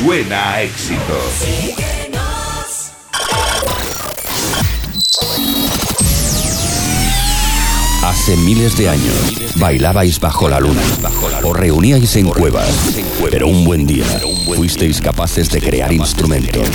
suena a éxito. Hace miles de años bailabais bajo la luna, os reuníais en cuevas, pero un buen día fuisteis capaces de crear instrumentos,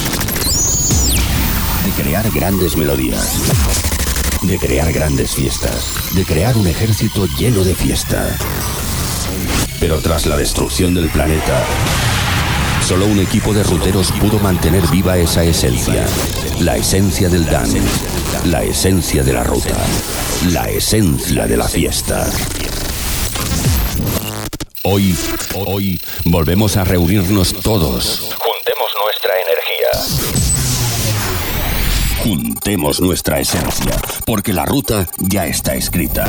de crear grandes melodías, de crear grandes fiestas, de crear un ejército lleno de fiesta. Pero tras la destrucción del planeta, solo un equipo de ruteros pudo mantener viva esa esencia, la esencia del dance, la esencia de la ruta, la esencia de la fiesta. Hoy volvemos a reunirnos todos. Juntemos nuestra energía. Juntemos nuestra esencia, porque la ruta ya está escrita.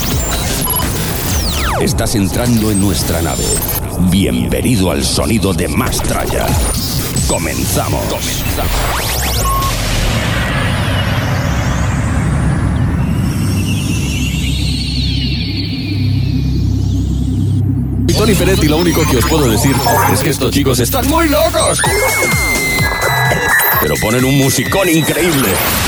Estás entrando en nuestra nave. Bienvenido al sonido de Mastraya. Comenzamos. Tony Peretti, lo único que os puedo decir es que estos chicos están muy locos. Pero ponen un musicón increíble.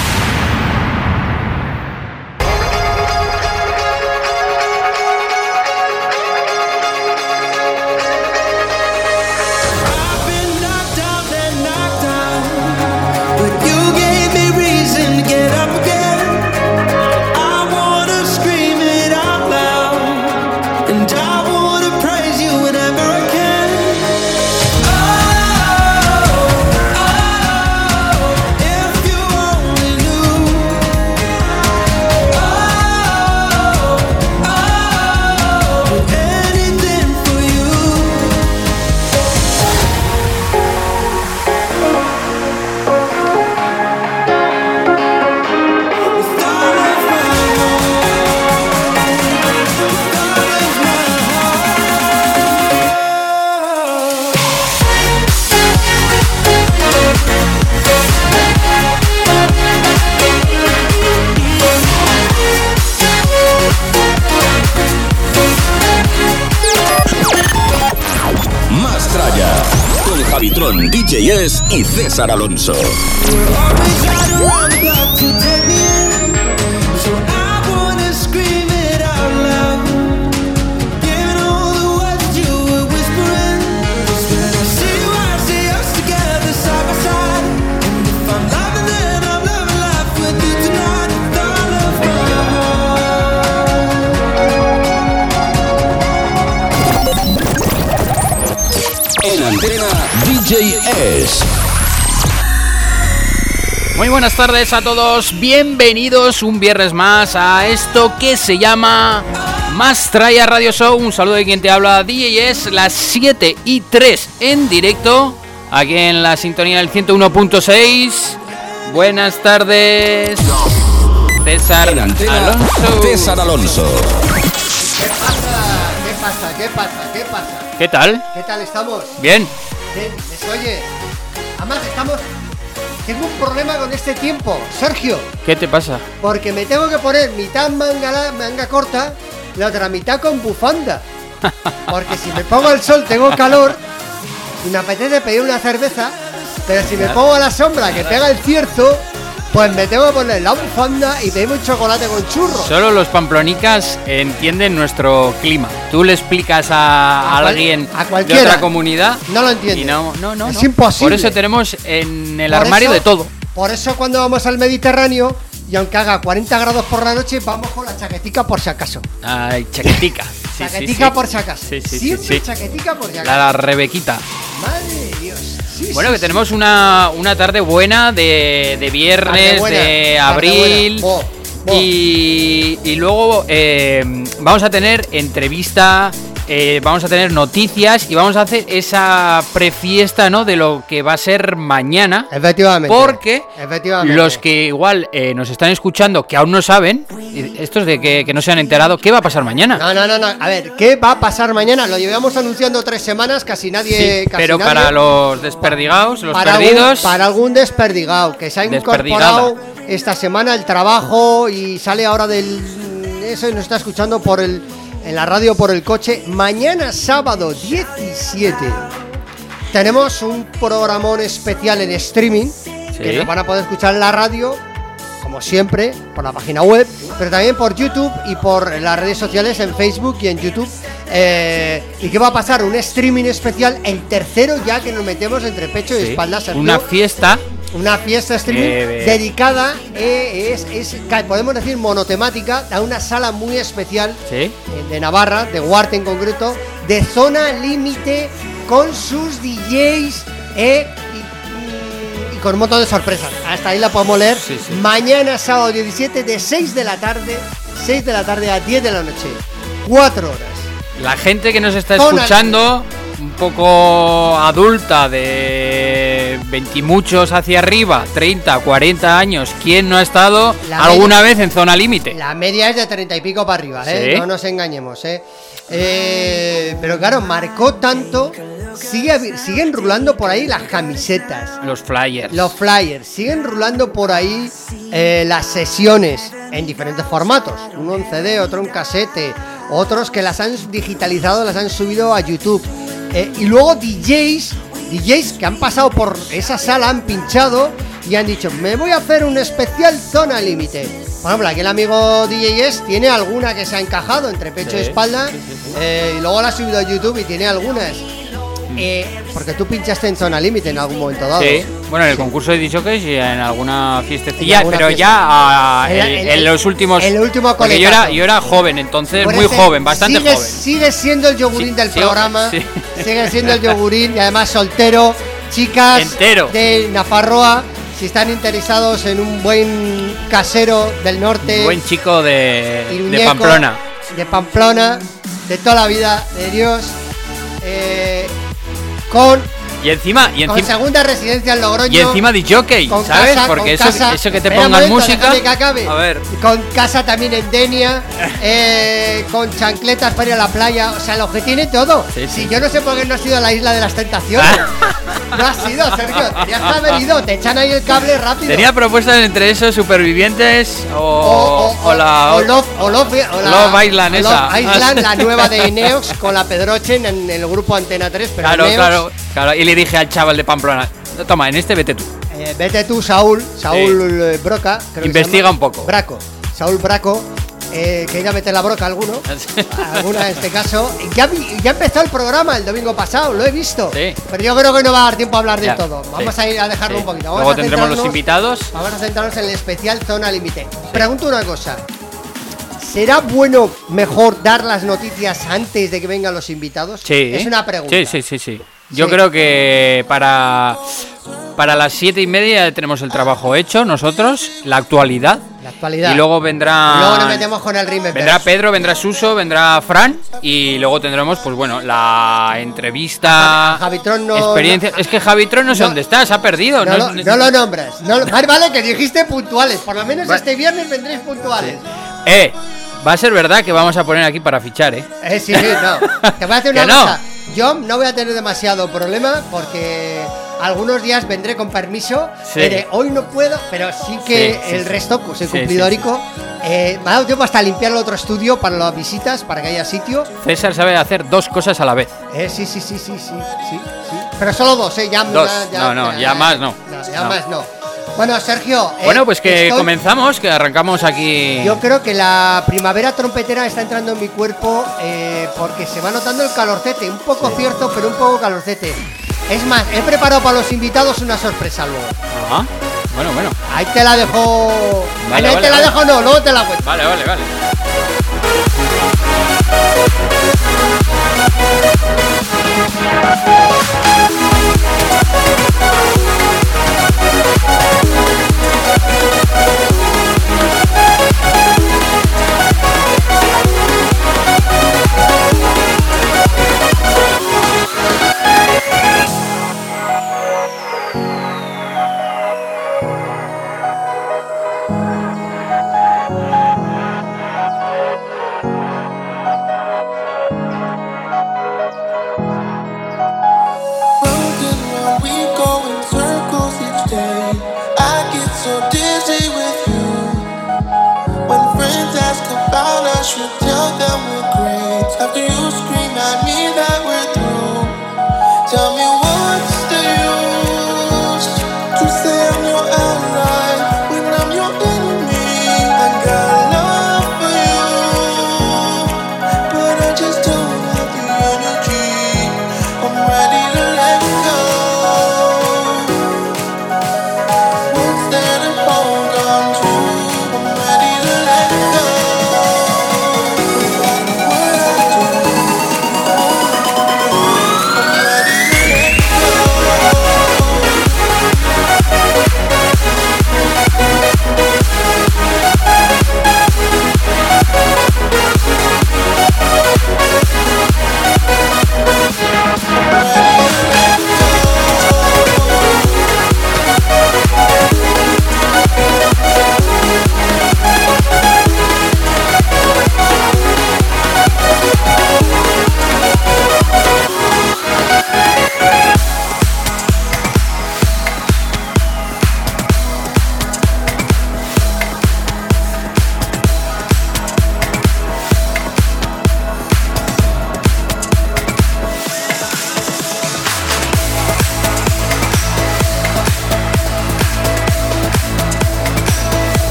DJs y César Alonso. En antena, DJ S. Muy buenas tardes a todos, bienvenidos un viernes más a esto que se llama Mastraya Radio Show. Un saludo de quien te habla, DJ S, las 7:03 en directo, aquí en la sintonía del 101.6. Buenas tardes, César Alonso. César Alonso. ¿Qué pasa? ¿Qué tal? ¿Qué tal estamos? Bien. Bien, ¿me se oye? Además tengo un problema con este tiempo, Sergio. ¿Qué te pasa? Porque me tengo que poner mitad manga corta, la otra mitad con bufanda. Porque si me pongo al sol tengo calor y me apetece pedir una cerveza, pero si me pongo a la sombra que pega el cierzo, pues me tengo que poner la bufanda y pedirme un chocolate con churros. Solo los pamplonicas entienden nuestro clima. Tú le explicas a alguien de otra comunidad, no lo entiende. Y no. Es imposible. Por eso tenemos en el armario de todo. Por eso cuando vamos al Mediterráneo, y aunque haga 40 grados por la noche, vamos con la chaquetica por si acaso. Ay, chaquetica. Chaquetica por si acaso. Siempre sí. Chaquetica por si acaso. La Rebequita. Madre de Dios. Bueno, que tenemos una tarde buena de viernes, de abril. Y luego vamos a tener entrevista, vamos a tener noticias y vamos a hacer esa prefiesta, ¿no?, de lo que va a ser mañana. Efectivamente. Porque los que igual nos están escuchando, que aún no saben, estos de que no se han enterado, ¿qué va a pasar mañana? No. A ver, ¿qué va a pasar mañana? Lo llevamos anunciando 3 semanas, casi nadie... Sí, pero nadie, para los desperdigados, los perdidos... Para algún desperdigado, que se ha incorporado esta semana el trabajo y sale ahora eso y nos está escuchando en la radio por el coche. Mañana sábado 17 tenemos un programón especial en streaming que nos van a poder escuchar en la radio, como siempre, por la página web, pero también por YouTube y por las redes sociales en Facebook y en YouTube. ¿Y qué va a pasar? Un streaming especial, el tercero ya que nos metemos entre pecho y espalda. Sergio. Una fiesta streaming dedicada, podemos decir monotemática, a una sala muy especial de Navarra, de Huarte en concreto, de Zona Límite, con sus DJs y con un montón de sorpresas. Hasta ahí la podemos leer. Mañana sábado 17 de 6 de la tarde a 10 de la noche, 4 horas. La gente que nos está escuchando, un poco adulta, de 20 y muchos hacia arriba, 30, 40 años, ¿quién no ha estado alguna vez en Zona Límite? La media es de 30 y pico para arriba, no nos engañemos, pero claro, marcó tanto. Siguen rulando por ahí las camisetas, los flyers, siguen rulando por ahí las sesiones en diferentes formatos, uno en CD, otro en casete, otros que las han digitalizado, las han subido a YouTube, y luego DJs que han pasado por esa sala, han pinchado y han dicho, me voy a hacer un especial Zona Límite. Por ejemplo, aquí el amigo DJs tiene alguna que se ha encajado entre pecho y espalda, y luego la ha subido a YouTube y tiene algunas. Porque tú pinchaste en Zona Límite en algún momento dado. Sí, bueno, en el concurso de DJs y en alguna fiestecilla, pero ya en los últimos. El último porque yo era joven, entonces muy joven, bastante joven. Sigue siendo el yogurín del programa. Sigue siendo el yogurín y además soltero. Chicas de Nafarroa, si están interesados en un buen casero del norte. Un buen chico de Pamplona. De Pamplona, de toda la vida, de Dios. Con segunda residencia en Logroño. Y encima de jockey, ¿sabes? Casa, porque eso que te pongan pongan música. A ver. Con casa también en Denia, con chancletas para ir a la playa. O sea, lo que tiene todo. Si yo no sé por qué no has ido a la Isla de las Tentaciones. No has ido, Sergio. Tenías que haber ido. Te echan ahí el cable rápido. Tenía propuestas entre esos, Supervivientes o Love Island, esa. Love Island, la nueva de Ineox, con la Pedroche en el grupo Antena 3. Pero Claro. Y le dije al chaval de Pamplona, toma, en este vete tú. Vete tú, Saúl Broca. Investiga un poco. Saúl Braco. Que ir a meter la broca alguna en este caso. Ya empezó el programa el domingo pasado, lo he visto. Pero yo creo que no va a dar tiempo a hablar de todo. Vamos a ir a dejarlo un poquito. Luego tendremos los invitados. Vamos a centrarnos en el especial Zona Límite. Pregunto una cosa. ¿Será mejor dar las noticias antes de que vengan los invitados? Sí. Es una pregunta. Sí. Yo creo que para las 7:30 ya tenemos el trabajo hecho nosotros, la actualidad. Y luego luego nos metemos con el ritmo. Vendrá Pedro, vendrá Suso, vendrá Fran y luego tendremos, pues bueno, la entrevista. Javitron experiencia. Es que Javitron no sé dónde está, se ha perdido. No lo nombras. Vale, que dijiste puntuales. Por lo menos este viernes vendréis puntuales. Va a ser verdad que vamos a poner aquí para fichar, Sí, no. Te voy a hacer una cosa. Yo no voy a tener demasiado problema porque algunos días vendré con permiso. Hoy no puedo, pero sí que el resto, pues soy cumplidorico. Me ha dado tiempo hasta limpiar el otro estudio para las visitas, para que haya sitio. César sabe hacer 2 cosas a la vez. Sí. Pero solo 2, ya más no. Más no. Bueno, Sergio. Pues que comenzamos, que arrancamos aquí. Yo creo que la primavera trompetera está entrando en mi cuerpo porque se va notando el calorcete. Un poco cierto, pero un poco calorcete. Es más, he preparado para los invitados una sorpresa luego. Ajá. Bueno. Ahí te la dejo. Dejo, no, luego te la cuento. Vale. Tell me what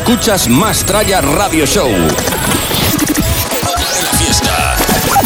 Escuchas Más Tralla Radio Show. En la fiesta.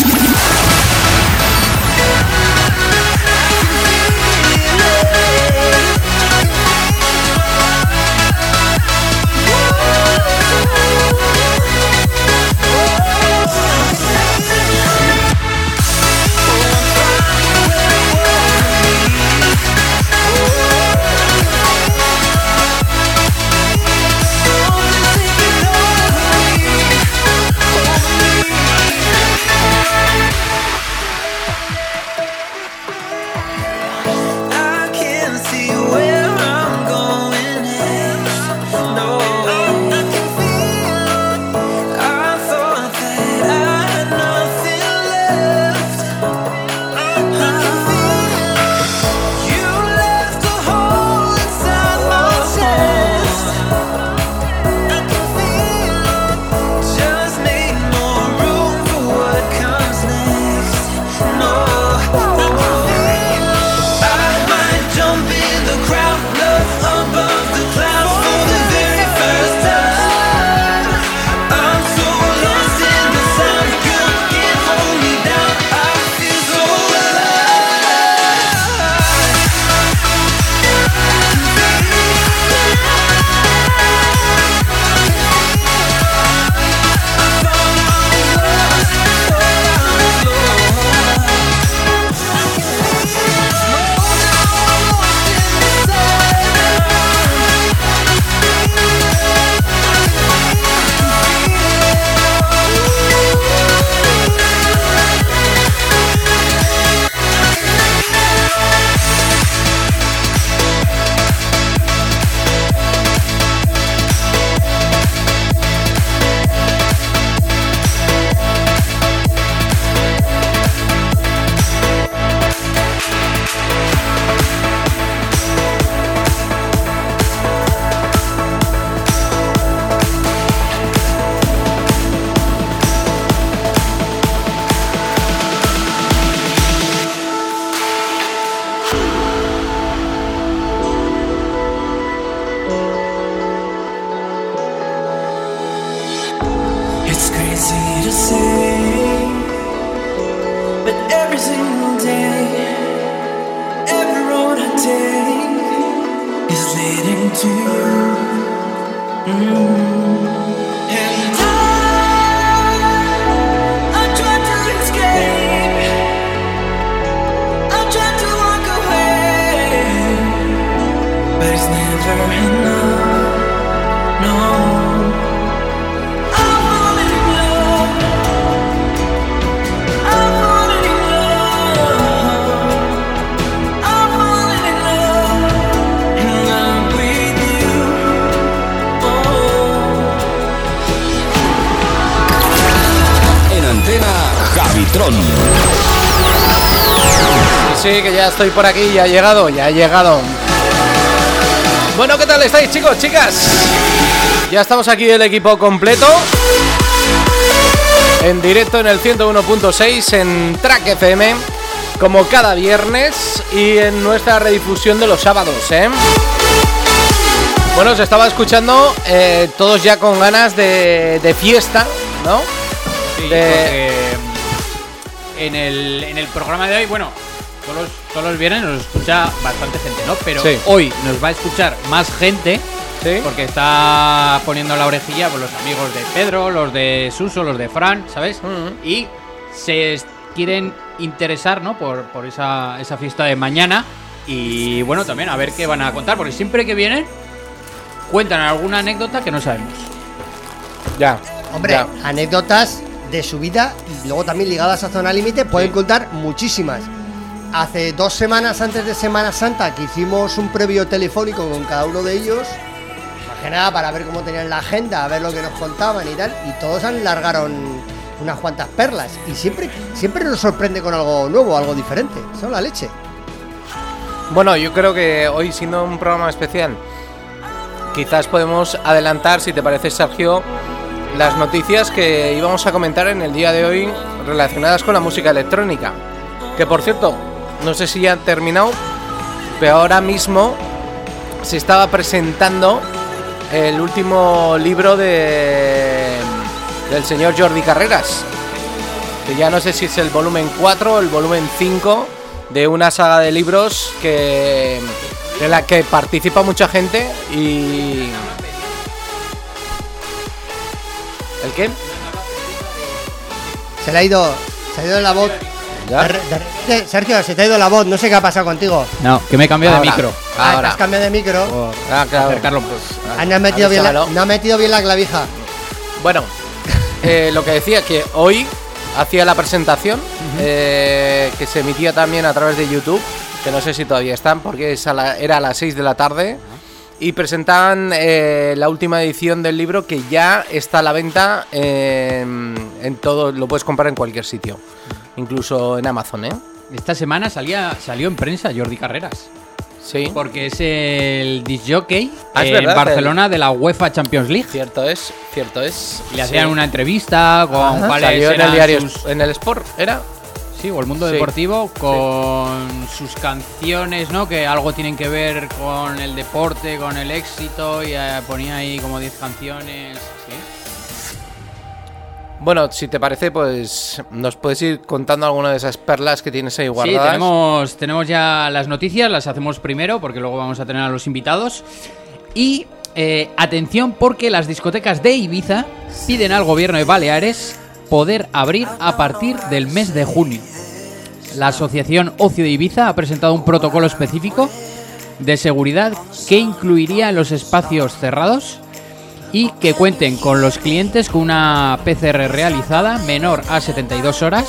Sí, que ya estoy por aquí, ya he llegado. Bueno, ¿qué tal estáis, chicos, chicas? Ya estamos aquí el equipo completo. En directo en el 101.6 en Track FM, como cada viernes, y en nuestra redifusión de los sábados, ¿eh? Bueno, os estaba escuchando todos ya con ganas de fiesta, ¿no? Sí, porque en el programa de hoy, bueno, todos los viernes nos escucha bastante gente, ¿no? Pero sí, hoy nos va a escuchar más gente, ¿sí? Porque está poniendo la orejilla por los amigos de Pedro, los de Suso, los de Fran, ¿sabes? Y se quieren interesar, ¿no? Por esa fiesta de mañana. Y bueno, también a ver qué van a contar, porque siempre que vienen cuentan alguna anécdota que no sabemos. Ya. Hombre, ya. Anécdotas de su vida y luego también ligadas a Zona Límite pueden contar muchísimas. Hace 2 semanas antes de Semana Santa que hicimos un previo telefónico con cada uno de ellos, más que nada para ver cómo tenían la agenda, a ver lo que nos contaban y tal, y todos largaron unas cuantas perlas y siempre nos sorprende con algo nuevo, algo diferente. Son la leche. Bueno, yo creo que hoy, siendo un programa especial, quizás podemos adelantar, si te parece, Sergio, las noticias que íbamos a comentar en el día de hoy relacionadas con la música electrónica. Que, por cierto, no sé si ya han terminado, pero ahora mismo se estaba presentando el último libro del señor Jordi Carreras, que ya no sé si es el volumen 4 o el volumen 5 de una saga de libros en la que participa mucha gente y... ¿El qué? Se le ha ido la voz. Sergio, se te ha ido la voz, no sé qué ha pasado contigo. No, que me he cambiado de micro. Ahora. Te has cambiado de micro. Claro. Acercarlo. No ha metido bien la clavija. Bueno, lo que decía, que hoy hacía la presentación, que se emitía también a través de YouTube, que no sé si todavía están, porque era a las 6 de la tarde, y presentaban la última edición del libro, que ya está a la venta en todo, lo puedes comprar en cualquier sitio, incluso en Amazon, ¿eh? Esta semana salió en prensa Jordi Carreras. Sí. Porque es el disc jockey en verdad, Barcelona de la UEFA Champions League. Cierto es. Le hacían una entrevista con cuáles salió en eran el diario, sus... en el Sport, ¿era? Sí, o el Mundo Deportivo, con sus canciones, ¿no? Que algo tienen que ver con el deporte, con el éxito, y ponía ahí como 10 canciones, ¿sí? Bueno, si te parece, pues nos puedes ir contando alguna de esas perlas que tienes ahí guardadas. Sí, tenemos ya las noticias, las hacemos primero porque luego vamos a tener a los invitados. Y atención, porque las discotecas de Ibiza piden al gobierno de Baleares poder abrir a partir del mes de junio. La Asociación Ocio de Ibiza ha presentado un protocolo específico de seguridad que incluiría los espacios cerrados y que cuenten con los clientes con una PCR realizada menor a 72 horas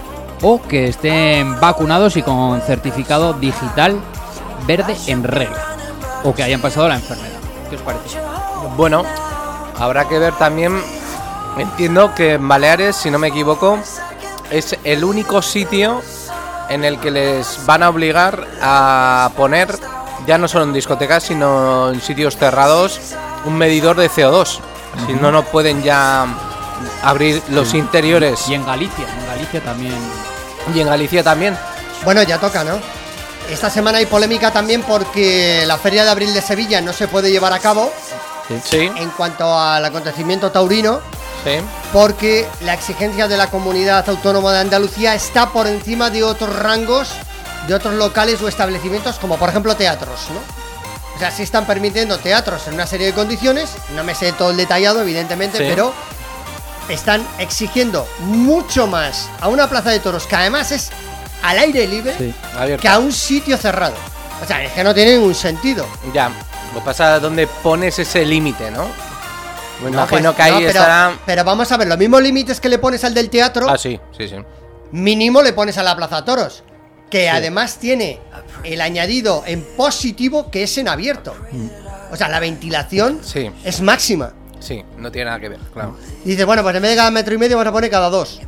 o que estén vacunados y con certificado digital verde en regla o que hayan pasado la enfermedad. ¿Qué os parece? Bueno, habrá que ver también. Entiendo que en Baleares, si no me equivoco, es el único sitio en el que les van a obligar a poner, ya no solo en discotecas, sino en sitios cerrados, un medidor de CO2. Si no, no pueden ya abrir los interiores. Y en Galicia también. Y en Galicia también. Bueno, ya toca, ¿no? Esta semana hay polémica también porque la Feria de Abril de Sevilla no se puede llevar a cabo. Sí. En cuanto al acontecimiento taurino. Sí. Porque la exigencia de la Comunidad Autónoma de Andalucía está por encima de otros rangos, de otros locales o establecimientos, como por ejemplo teatros, ¿no? O sea, sí están permitiendo teatros en una serie de condiciones, no me sé todo el detallado, evidentemente, pero están exigiendo mucho más a una plaza de toros, que además es al aire libre, que a un sitio cerrado. O sea, es que no tiene ningún sentido. Ya, lo que pasa es donde pones ese límite, ¿no? Me imagino que ahí estará... Pero vamos a ver, los mismos límites que le pones al del teatro... Ah, sí. Mínimo le pones a la plaza toros, que además tiene el añadido en positivo que es en abierto. O sea, la ventilación es máxima. Sí, no tiene nada que ver, claro. Y dice, bueno, pues en vez de cada 1,5 metros vamos a poner cada 2.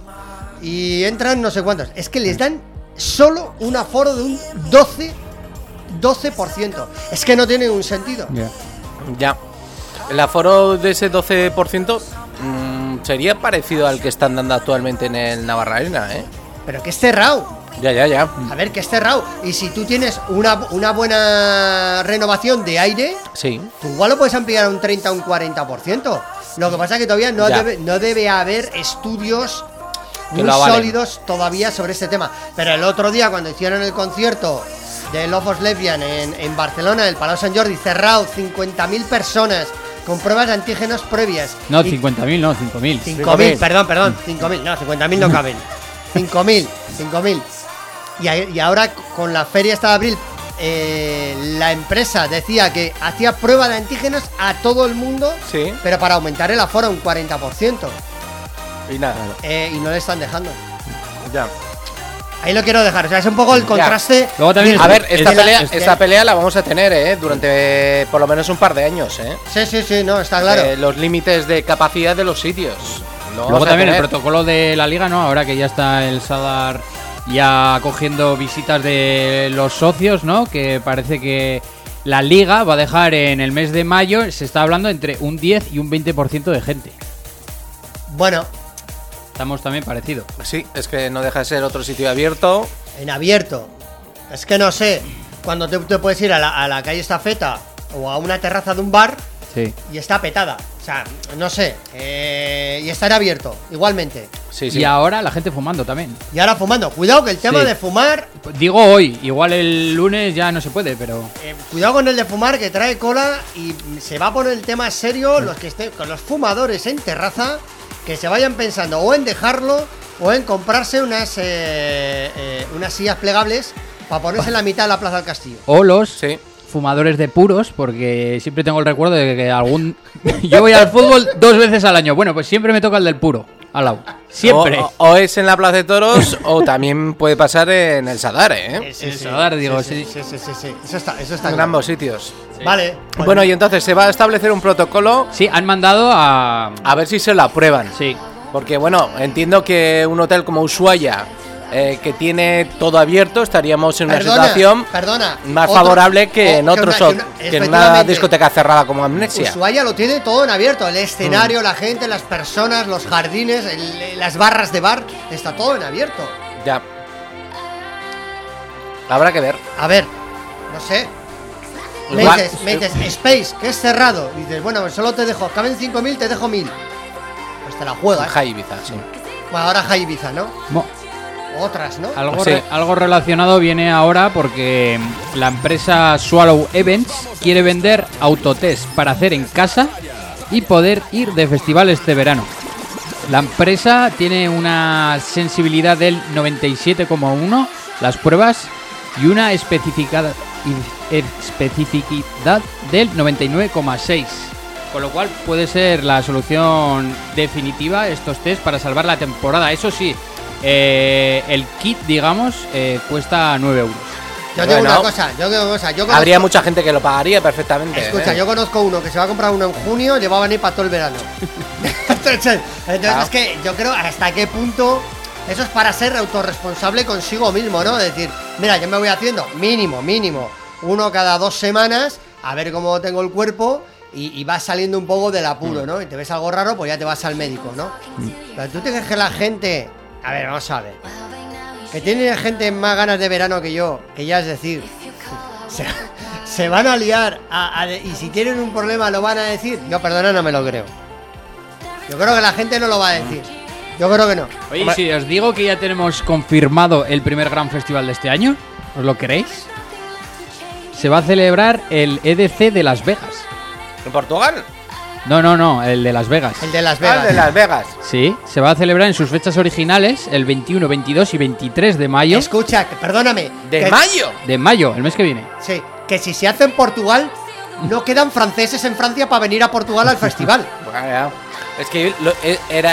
Y entran no sé cuántos. Es que les dan solo un aforo de un 12%. Es que no tiene ningún sentido. Ya. El aforo de ese 12% sería parecido al que están dando actualmente en el Navarra Arena, ¿eh? Pero que es cerrado. Ya. A ver, que es cerrado. Y si tú tienes una buena renovación de aire, tú igual lo puedes ampliar a un 30 o un 40%. Lo que pasa es que todavía no debe haber estudios muy sólidos todavía sobre este tema. Pero el otro día, cuando hicieron el concierto de Love of Lesbian en Barcelona, en el Palau Sant Jordi, cerrado, 50.000 personas con pruebas de antígenos previas. No, 50.000, no, 5.000. 5.000, perdón, 5.000. No, 50.000 no caben. 5.000. Y ahora con la feria esta de abril, la empresa decía que hacía prueba de antígenos a todo el mundo, pero para aumentar el aforo un 40%. Y nada. Y no le están dejando. Ya. Ahí lo quiero dejar, o sea, es un poco el contraste. Luego también, a ver, esta pelea la vamos a tener, durante por lo menos un par de años, Sí, no, está claro. Los límites de capacidad de los sitios. Luego también el protocolo de la liga, ¿no? Ahora que ya está el Sadar ya cogiendo visitas de los socios, ¿no? Que parece que la liga va a dejar en el mes de mayo, se está hablando entre un 10 y un 20% de gente. Bueno. Estamos también parecido. Sí, es que no deja de ser otro sitio abierto. En abierto. Es que no sé, cuando te puedes ir a la calle Estafeta o a una terraza de un bar Sí. Y está petada. O sea, no sé. Y estará abierto, igualmente. Sí, sí. Y ahora la gente fumando también. Y ahora fumando. Cuidado que el tema Sí. de fumar... Digo hoy, igual el lunes ya no se puede, pero... cuidado con el de fumar, que trae cola y se va a poner el tema serio. Los que estén con los fumadores en terraza, que se vayan pensando o en dejarlo o en comprarse unas sillas plegables para ponerse en la mitad de la Plaza del Castillo. O los Sí. fumadores de puros, porque siempre tengo el recuerdo de que yo voy al fútbol 2 veces al año. Bueno, pues siempre me toca el del puro, al lado. Siempre. O es en la Plaza de Toros o también puede pasar en el Sadar, ¿eh? El Sadar, digo, sí. Sí. Eso está En ambos sitios. Vale. pues- Bueno, y entonces se va a establecer un protocolo Sí, han mandado a ver si se lo aprueban. Sí. Porque, bueno, entiendo que un hotel como Ushuaia, que tiene todo abierto, estaríamos en una situación más favorable que en otros que en una efectivamente, discoteca cerrada como Amnesia. Ushuaia lo tiene todo en abierto. El escenario, la gente, las personas, los jardines, las barras de bar. Está todo en abierto. Ya. Habrá que ver. A ver, no sé. Me Igual- dices, Space, que es cerrado. Y dices, bueno, pues solo te dejo, caben 5.000, te dejo 1.000. Pues te la juegas. Jai Ibiza, sí. Bueno, ahora Jai Ibiza, ¿no? Mo- Otras, ¿no? Algo, Sí. algo relacionado viene ahora porque la empresa Swallow Events quiere vender autotest para hacer en casa y poder ir de festival este verano. La empresa tiene una sensibilidad del 97,1, las pruebas, y una especificidad del 99,6. Con lo cual puede ser la solución definitiva estos test para salvar la temporada. Eso sí, el kit, digamos, cuesta 9 euros. Yo digo Bueno, una cosa, yo conozco- Habría mucha gente que lo pagaría perfectamente. Escucha, ¿eh? yo conozco uno que se va a comprar uno en junio y le va a venir para todo el verano. Entonces Claro. es que yo creo hasta qué punto eso es para ser autorresponsable consigo mismo, ¿no? Decir, mira, yo me voy haciendo mínimo, uno cada 2 semanas, a ver cómo tengo el cuerpo y vas saliendo un poco del apuro, ¿no? Y te ves algo raro, pues ya te vas al médico, ¿no? Pero tú te crees que la gente... A ver, vamos a ver. Que tiene gente más ganas de verano que yo, que ya es decir... Se van a liar y si tienen un problema lo van a decir. Yo, perdona, no me lo creo. Yo creo que la gente no lo va a decir. Yo creo que no. Oye, Hombre. si os digo que ya tenemos confirmado el primer gran festival de este año, ¿os lo queréis? Se va a celebrar el EDC de Las Vegas. ¿En Portugal? No, el de Las Vegas. El de Las Ah, Vegas. el de Las Vegas. Sí, se va a celebrar en sus fechas originales el 21, 22 y 23 de mayo. Escucha, perdóname. ¿De que- mayo? De mayo, el mes que viene. Sí, que si se hace en Portugal, no quedan franceses en Francia para venir a Portugal al festival. Vaya. Es que era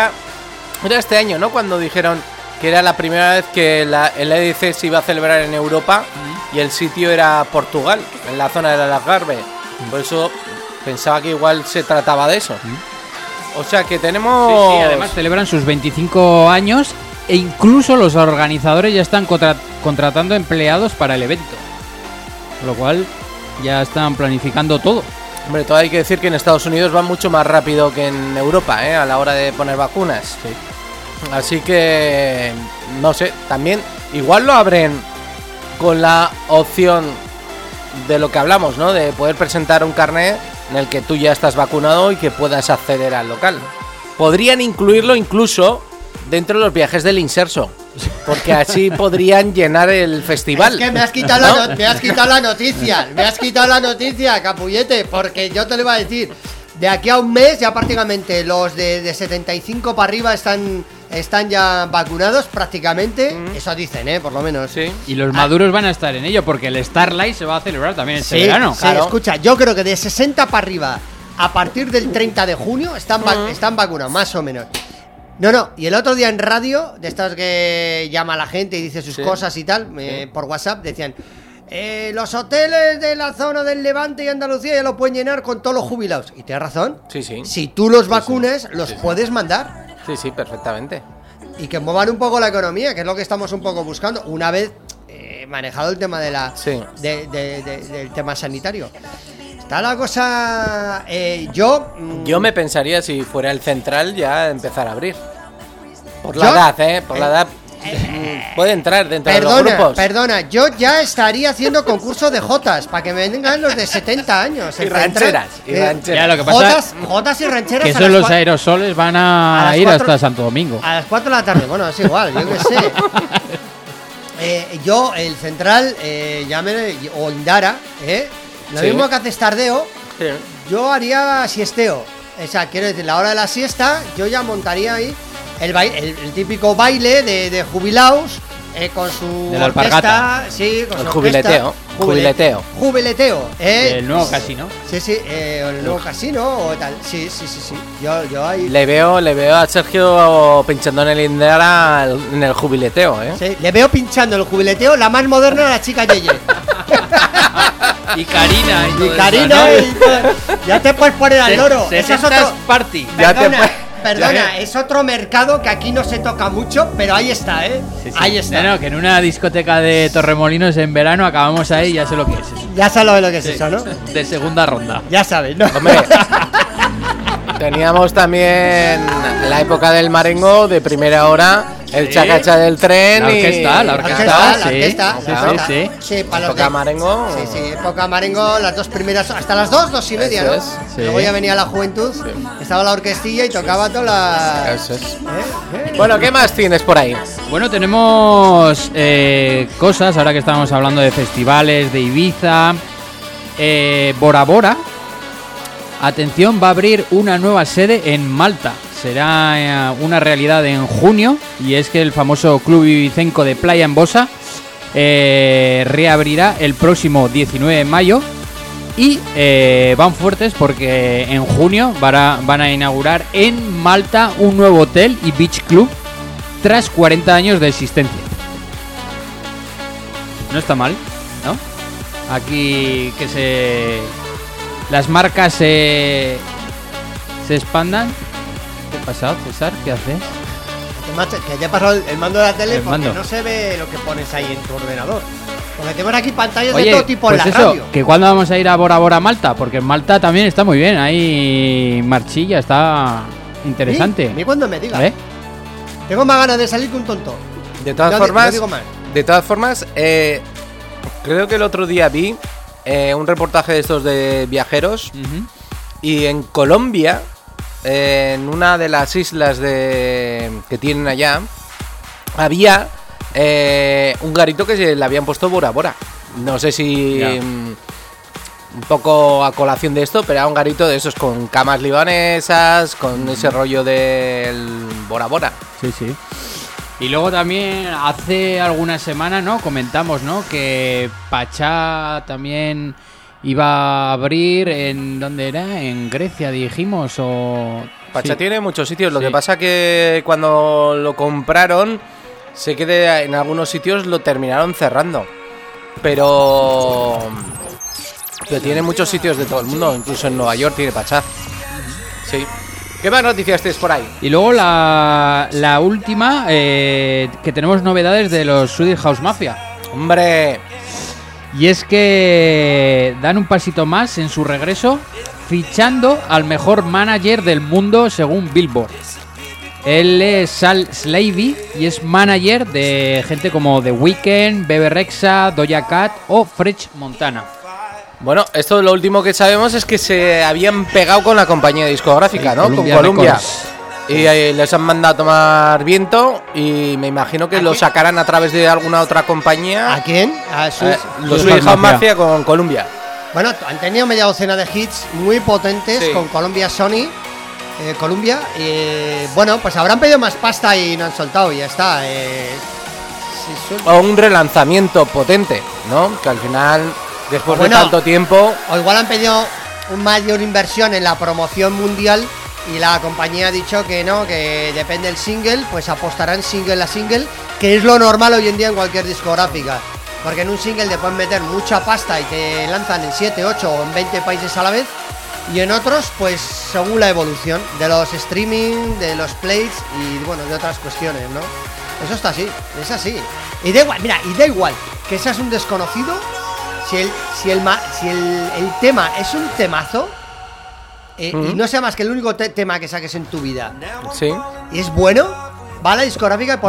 este año, ¿no? Cuando dijeron que era la primera vez que el EDC se iba a celebrar en Europa y el sitio era Portugal, en la zona del Algarve. Por eso pensaba que igual se trataba de eso. O sea que tenemos... Sí, además celebran sus 25 años e incluso los organizadores ya están contratando empleados para el evento. Con lo cual ya están planificando todo. Hombre, todo hay que decir que en Estados Unidos van mucho más rápido que en Europa, a la hora de poner vacunas. Así que, no sé, también igual lo abren con la opción de lo que hablamos, ¿no? De poder presentar un carnet en el que tú ya estás vacunado y que puedas acceder al local. Podrían incluirlo incluso dentro de los viajes del inserso, porque así podrían llenar el festival. Es que me has quitado la noticia. Me has quitado la noticia, capullete. Porque yo te lo iba a decir. De aquí a un mes ya prácticamente los de 75 para arriba están ya vacunados prácticamente. Eso dicen, por lo menos. Sí. Y los maduros van a estar en ello porque el Starlight se va a celebrar también este Sí, verano. sí, claro. escucha, yo creo que de 60 para arriba a partir del 30 de junio están vacunados, más o menos. No, y el otro día en radio, de estas que llama a la gente y dice sus Sí. cosas y tal, por WhatsApp decían, los hoteles de la zona del Levante y Andalucía ya lo pueden llenar con todos los jubilados. Y tienes razón. Sí, sí. Si tú los vacunes, los puedes mandar. Sí, perfectamente. Y que muevan un poco la economía, que es lo que estamos un poco buscando, una vez manejado el tema Sí. del tema sanitario. Está la cosa... yo me pensaría si fuera el central ya empezar a abrir. Por ¿Yo? la edad, Por la edad. Puede entrar dentro de los grupos. Perdona, yo ya estaría haciendo concurso de jotas para que me vengan los de 70 años. Y rancheras. Ya, lo que pasa jotas y rancheras. que eso los aerosoles van a ir 4, hasta Santo Domingo. A las 4 de la tarde. Bueno, es igual, yo qué sé. Yo, el central, o Indara, lo mismo que haces tardeo, yo haría siesteo. O sea, quiero decir, la hora de la siesta, yo ya montaría ahí el típico baile de jubilados, con su de la orquesta, sí, con el su jubileteo. Jubileteo. El nuevo casino. Sí, el nuevo casino o tal. Sí. Yo ahí. Le veo a Sergio pinchando en el Indara en el jubileteo, Sí, le veo pinchando el jubileteo, la más moderna, la chica Yeye. Y Karina. Ya te puedes poner al loro. Ese es otro party. Perdona, es otro mercado que aquí no se toca mucho, pero ahí está, Sí. Ahí está. No, que en una discoteca de Torremolinos en verano acabamos ahí, ya sé lo que es eso. Ya sabes lo que es eso, ¿no? De segunda ronda. Ya sabes, ¿no? Hombre, teníamos también la época del marengo de primera hora, el chacacha del tren la orquesta. Sí, para los época marengo. Sí, época marengo, las dos primeras, hasta las 2:30, ¿no? Sí. Luego ya venía la juventud, estaba la orquestilla y tocaba toda la... Eso es. Bueno, ¿qué más tienes por ahí? Bueno, tenemos cosas, ahora que estamos hablando de festivales, de Ibiza. Bora Bora, atención, va a abrir una nueva sede en Malta. Será una realidad en junio, y es que el famoso club ibicenco de Playa en Bosa reabrirá el próximo 19 de mayo. Y van fuertes porque en junio van a inaugurar en Malta un nuevo hotel y beach club tras 40 años de existencia. No está mal, ¿no? Aquí que las marcas se expandan. ¿Qué ha pasado, César? ¿Qué haces? Que te he pasado el mando de la tele porque no se ve lo que pones ahí en tu ordenador. Porque tenemos aquí pantallas de todo tipo, pues en la eso, radio. ¿Que cuándo vamos a ir a Bora Bora Malta? Porque en Malta también está muy bien. Ahí Marchilla está interesante. Ni cuando me digas. Tengo más ganas de salir que un tonto. De todas formas, creo que el otro día vi un reportaje de estos de viajeros. Y en Colombia, en una de las islas que tienen allá, había un garito que se le habían puesto Bora Bora. No sé si un poco a colación de esto, pero era un garito de esos con camas libanesas, con ese rollo del Bora Bora. Sí. Y luego también hace algunas semanas, ¿no? Comentamos, ¿no? Que Pachá también iba a abrir en... ¿Dónde era? En Grecia, dijimos, o... Pachá tiene muchos sitios. Lo que pasa que cuando lo compraron, sé que en algunos sitios lo terminaron cerrando. Pero tiene muchos sitios de todo el mundo. Incluso en Nueva York tiene Pachá. Sí. ¿Qué más noticias tienes por ahí? Y luego la última, que tenemos novedades de los Swedish House Mafia. ¡Hombre! Y es que dan un pasito más en su regreso, fichando al mejor manager del mundo según Billboard. Él es Sal Slavy y es manager de gente como The Weeknd, Bebe Rexha, Doja Cat o French Montana. Bueno, esto lo último que sabemos es que se habían pegado con la compañía discográfica, ¿no? Con Columbia. Y les han mandado a tomar viento y me imagino que lo sacarán a través de alguna otra compañía. ¿A quién? A los Swedish House Mafia con Columbia. Bueno, han tenido media docena de hits muy potentes con Columbia Sony. Columbia. Bueno, pues habrán pedido más pasta y no han soltado y ya está. O un relanzamiento potente, ¿no? Que al final, después de tanto tiempo... O igual han pedido una mayor inversión en la promoción mundial y la compañía ha dicho que no, que depende del single, pues apostarán single a single, que es lo normal hoy en día en cualquier discográfica. Porque en un single te pueden meter mucha pasta y te lanzan en 7, 8 o en 20 países a la vez. Y en otros, pues según la evolución de los streaming, de los plays y bueno, de otras cuestiones, ¿no? Eso está así, es así. Y da igual, mira, que seas un desconocido, si el tema es un temazo, y no sea más que el único tema que saques en tu vida, sí, y es bueno, va a la discográfica y pone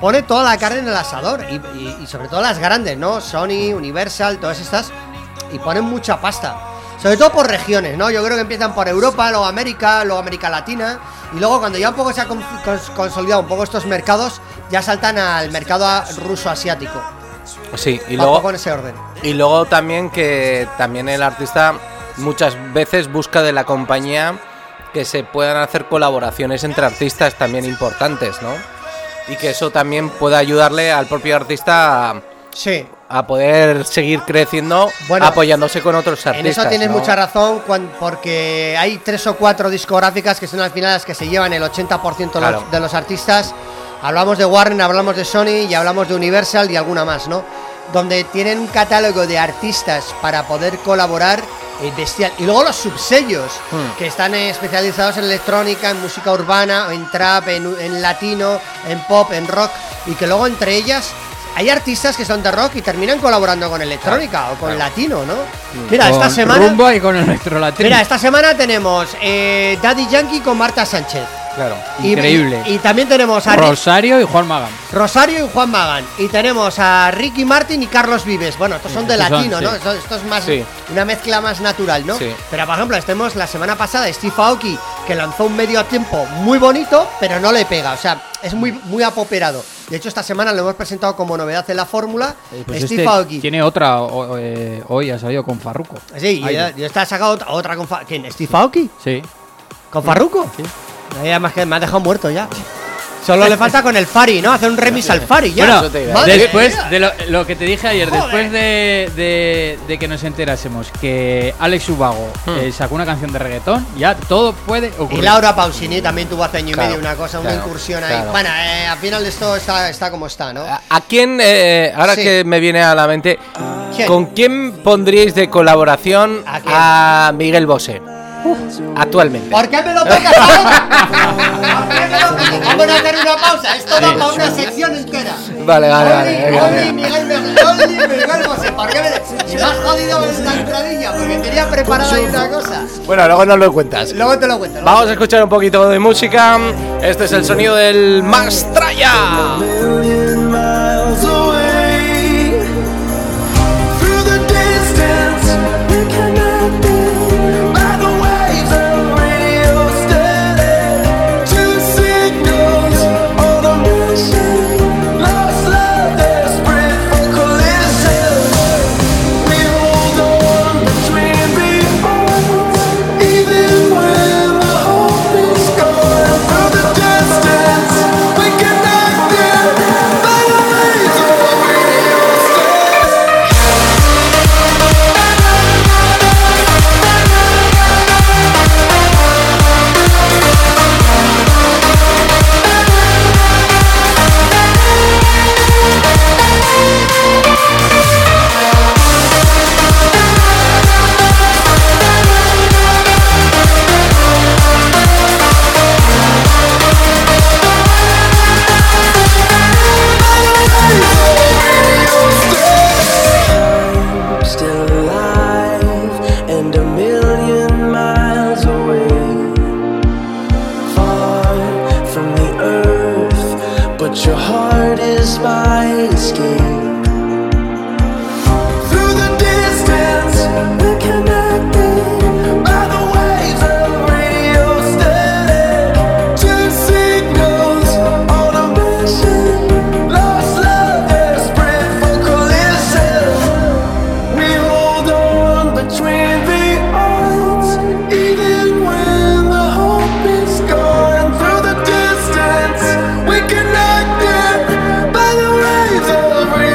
pone toda la carne en el asador y sobre todo las grandes, ¿no? Sony, Universal, todas estas, y ponen mucha pasta. Sobre todo por regiones, ¿no? Yo creo que empiezan por Europa, luego América Latina, y luego cuando ya un poco se ha consolidado un poco estos mercados, ya saltan al mercado ruso-asiático. Sí, y luego con ese orden. Y luego también que también el artista muchas veces busca de la compañía que se puedan hacer colaboraciones entre artistas también importantes, ¿no? Y que eso también pueda ayudarle al propio artista a poder seguir creciendo, apoyándose con otros artistas. En eso tienes ¿no? mucha razón, porque hay 3 o 4 discográficas que son al final las que se llevan el 80% de los artistas. Hablamos de Warner, hablamos de Sony y hablamos de Universal y alguna más, ¿no? Donde tienen un catálogo de artistas para poder colaborar bestial. Y luego los subsellos, que están especializados en electrónica, en música urbana, en trap, en latino, en pop, en rock, y que luego entre ellas hay artistas que son de rock y terminan colaborando con electrónica o con latino, ¿no? Mira, con esta semana rumba y con electrolatino. Mira, esta semana tenemos Daddy Yankee con Marta Sánchez. Claro. Increíble. Y también tenemos a Rosario y Juan Magán. Rosario y Juan Magán. Y tenemos a Ricky Martin y Carlos Vives. Bueno, estos son de latino, ¿no? Esto es más una mezcla más natural, ¿no? Sí. Pero por ejemplo, tenemos la semana pasada Steve Aoki, que lanzó un medio a tiempo muy bonito, pero no le pega. O sea, es muy apoperado. De hecho, esta semana lo hemos presentado como novedad en la fórmula. Pues Steve Aoki. Tiene otra, hoy ha salido con Farruko. Sí, y está sacado otra con Farruko. ¿Quién? ¿Steve Aoki? Sí. ¿Con Farruko? Sí. Además que me ha dejado muerto ya. Solo le falta con el Fari, ¿no? Hacer un remix al Fari ya. Bueno, después de lo que te dije ayer, después de que nos enterásemos que Alex Ubago sacó una canción de reggaetón, ya todo puede ocurrir. Y Laura Pausini también tuvo hace año y medio una incursión ahí. Bueno, al final esto está como está, ¿no? ¿A quién, ahora que me viene a la mente, con quién pondríais de colaboración a Miguel Bosé? Actualmente. ¿Por qué me lo tocas ahora? ¿Por qué me lo tocas? Vamos a hacer una pausa. Esto da para una sección entera. Vale. Oli, Miguel Bosé. ¿Por qué me has jodido esta entradilla? Porque tenía preparada ahí una cosa. Bueno, luego nos lo cuentas. Luego te lo cuento. Vamos a escuchar un poquito de música. Este es el sonido del Mastraya. We connected by the waves of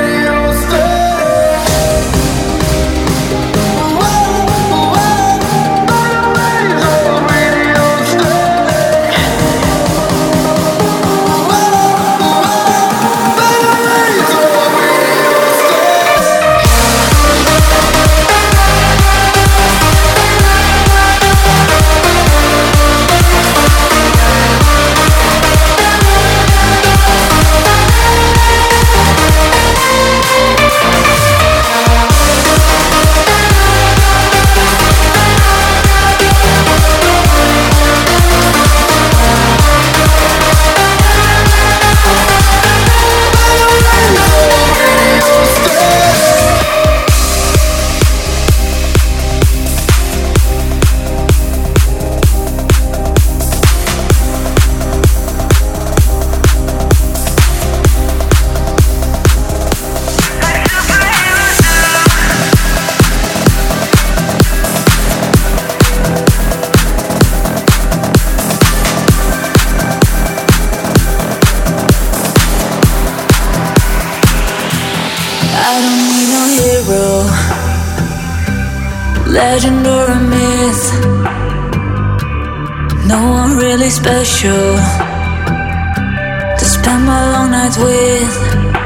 legend or a myth. No one really special to spend my long nights with.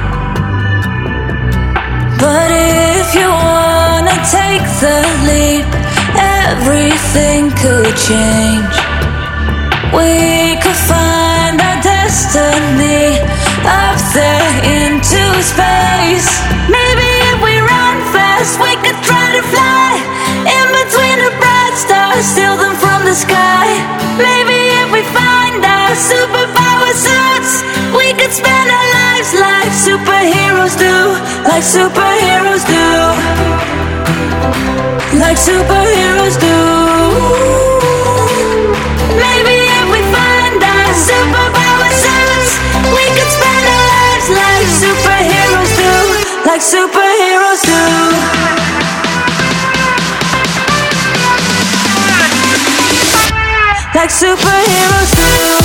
But if you wanna take the leap, everything could change. We could find our destiny up there into space. Maybe if we run fast, we could try to fly in between the bright stars, steal them from the sky. Maybe if we find our superpower suits, we could spend our lives like superheroes do, like superheroes do, like superheroes do. Maybe if we find our superpower suits, we could spend our lives like superheroes do, like superheroes do. Like superheroes do.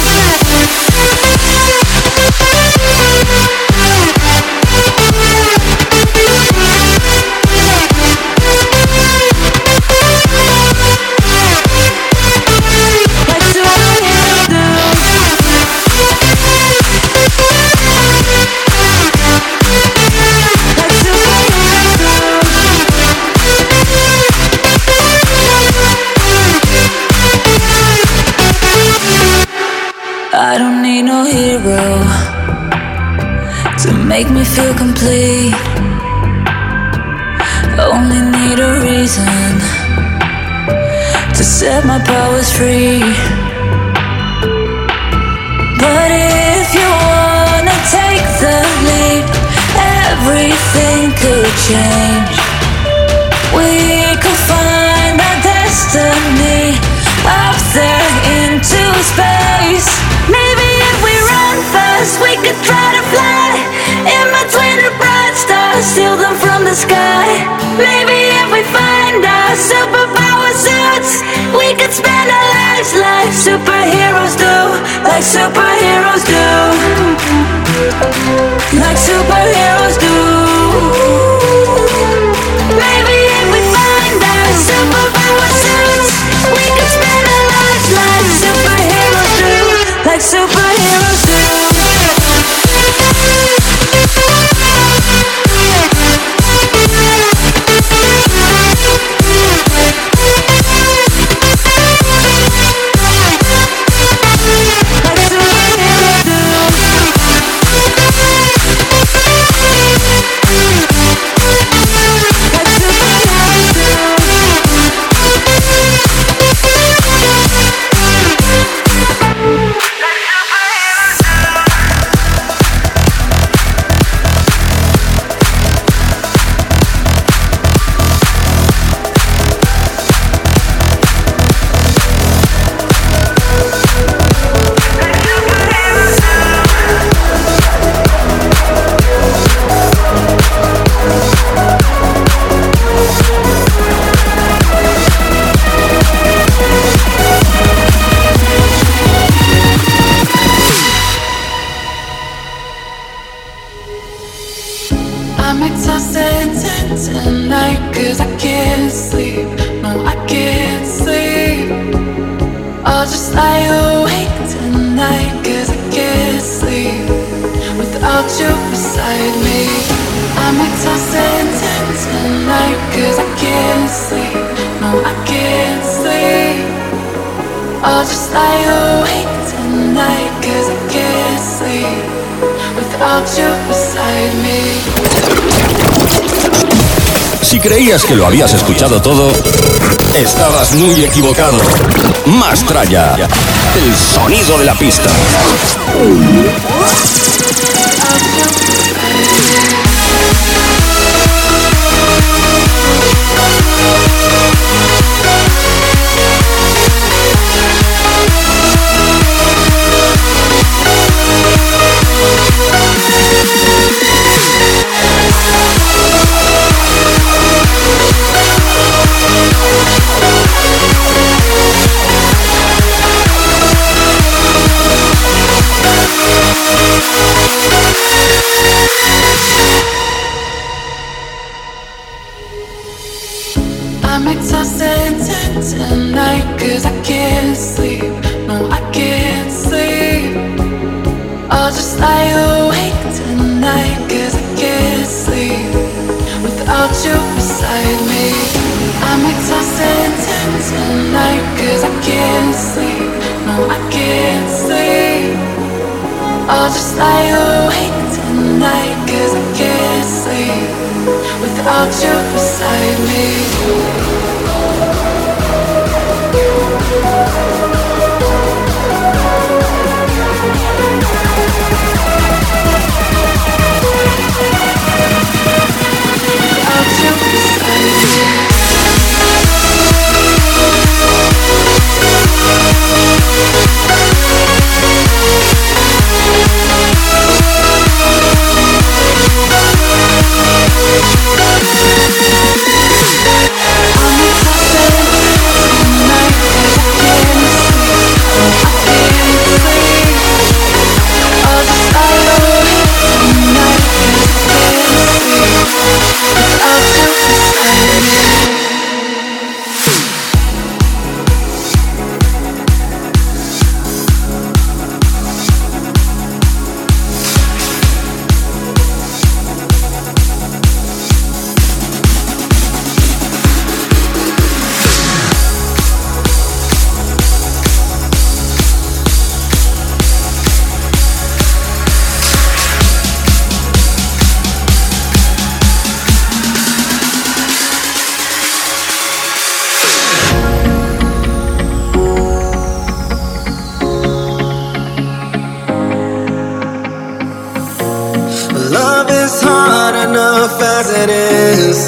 I don't need no hero to make me feel complete. Only need a reason to set my powers free. But if you wanna take the leap, everything could change. We could find our destiny up there into space. Maybe if we run fast, we could try to fly in between the bright stars, steal them from the sky. Maybe if we find our superpower suits, we could spend our lives like superheroes do, like superheroes do, like superheroes do. Maybe if we find our superpower suits, we could spend our lives like superheroes do, like superheroes do. I'm exhausted tonight, 'cause I can't sleep. No, I can't sleep. I'll just lie awake tonight, 'cause I can't sleep without you beside me. I'm exhausted tonight, 'cause I can't sleep. No, I can't sleep. I'll just lie awake tonight, 'cause I can't sleep without you beside me. Si creías que lo habías escuchado todo, estabas muy equivocado. Mastraya, el sonido de la pista. 'cause I can't sleep. No, I can't sleep. I'll just lie awake tonight 'cause I can't sleep without you beside me. I'm exhausted tonight 'cause I can't sleep. No, I can't sleep. I'll just lie awake tonight 'cause I can't sleep without you beside me. Without you beside me. As it is,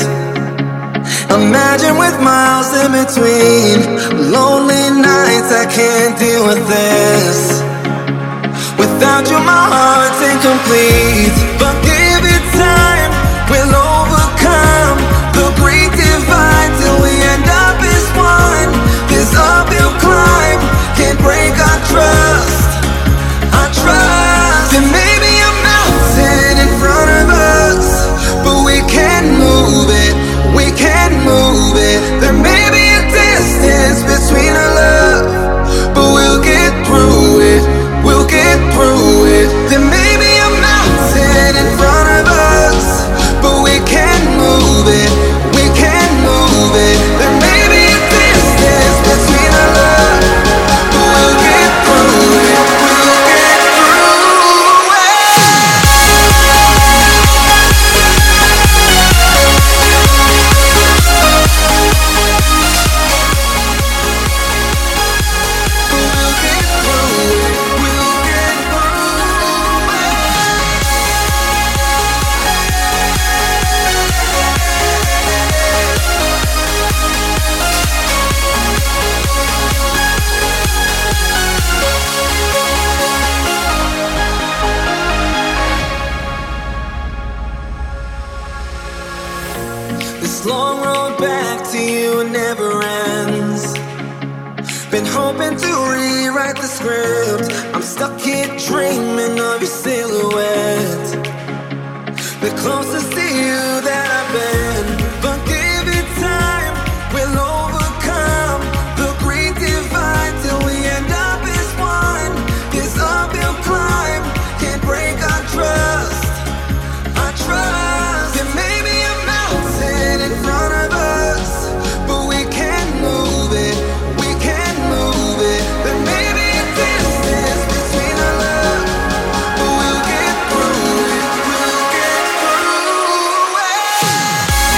imagine with miles in between, lonely nights, I can't deal with this. Without you my heart's incomplete, but give it time, we'll overcome the great divide till we end up as one. This uphill climb can't break our trust, our trust. There may be a mountain in front of us, but we can move it, we can move it. There may be a distance between our love, but we'll get through it, we'll get through it. There may be a mountain in front of us, but we can move it, we can move it. There may be a distance between our love, but we'll get through it, we'll get through it. This long road back to you never ends. Been hoping to rewrite the script. I'm stuck here dreaming of your silhouette. The closest to you that I've been. But give it time, we'll overcome the great divide till we end up as one. This uphill climb can't break our trust, our trust. There may be a mountain in front of us, but we can move it, we can move it. There may be a distance between our love, but we'll get through it, we'll get through it.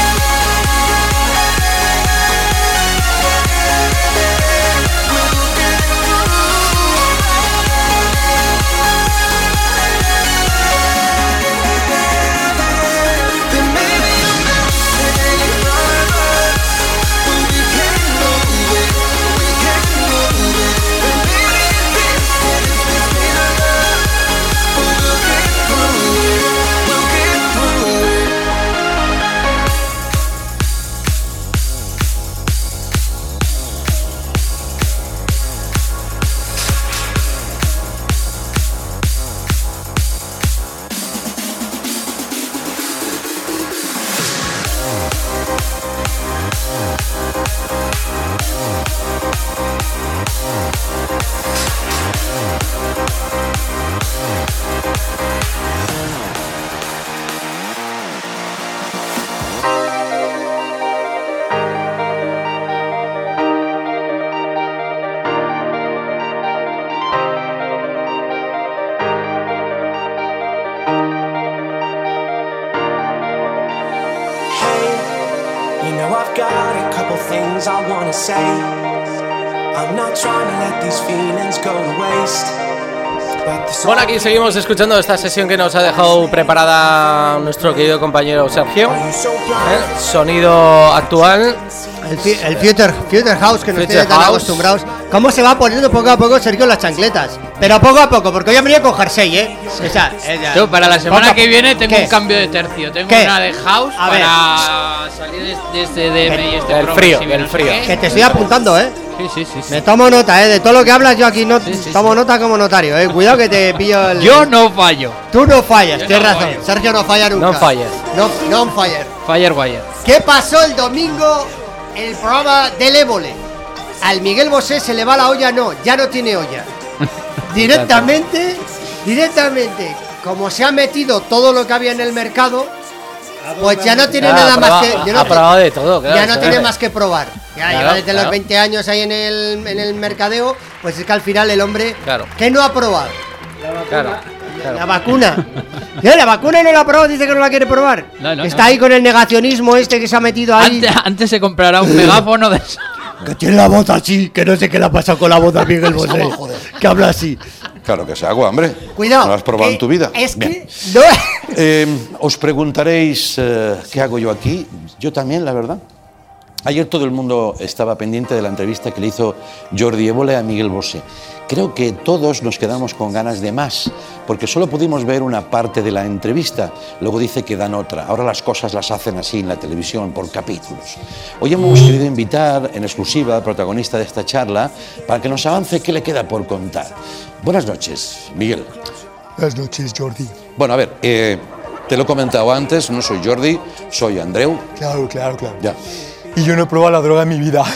say. I'm not trying to let these feelings go to waste. Bueno, aquí seguimos escuchando esta sesión que nos ha dejado preparada nuestro querido compañero Sergio. Sonido actual. El Future House que nos tiene tan acostumbrados. ¿Cómo se va poniendo poco a poco Sergio las chancletas? Pero poco a poco, porque hoy han venido con jersey, ¿eh? O sea, yo para la semana que viene tengo un cambio de tercio. Tengo una de house para salir de este DM y este el frío. Que te estoy apuntando, ¿eh? Sí. Me tomo nota, de todo lo que hablas yo aquí tomo nota como notario, Cuidado que te pillo el... Yo no fallo. Tú no fallas, tienes razón. Sergio no falla nunca. No fallas. No fallar. Firewire. ¿Qué pasó el domingo en el programa del Évole? Al Miguel Bosé se le va la olla, ya no tiene olla. Directamente, como se ha metido todo lo que había en el mercado, pues ya no tiene nada más que... Ha probado de todo, claro. Ya no tiene más que probar. Ya lleva desde los 20 años ahí en el mercadeo, pues es que al final el hombre... ¿Qué no ha probado? La vacuna. La vacuna no la ha probado, dice que no la quiere probar. Está ahí con el negacionismo que se ha metido ahí. Antes se comprará un megáfono de eso. Que tiene la voz así, que no sé qué le ha pasado con la voz a Miguel Bosé, que habla así. Claro que es agua, hombre. Cuidado. No lo has probado en tu vida. Es que os preguntaréis qué hago yo aquí. Yo también, la verdad. Ayer todo el mundo estaba pendiente de la entrevista que le hizo Jordi Évole a Miguel Bosé. Creo que todos nos quedamos con ganas de más, porque solo pudimos ver una parte de la entrevista. Luego dice que dan otra. Ahora las cosas las hacen así en la televisión, por capítulos. Hoy hemos querido invitar en exclusiva al protagonista de esta charla para que nos avance qué le queda por contar. Buenas noches, Miguel. Buenas noches, Jordi. Bueno, a ver, te lo he comentado antes, no soy Jordi, soy Andreu. Claro. Ya. Y yo no he probado la droga en mi vida.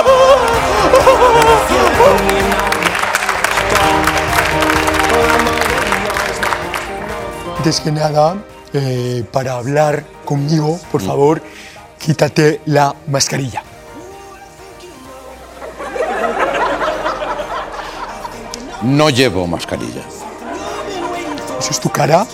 Antes que nada, para hablar conmigo, por favor, quítate la mascarilla. No llevo mascarilla. ¿Eso es tu cara?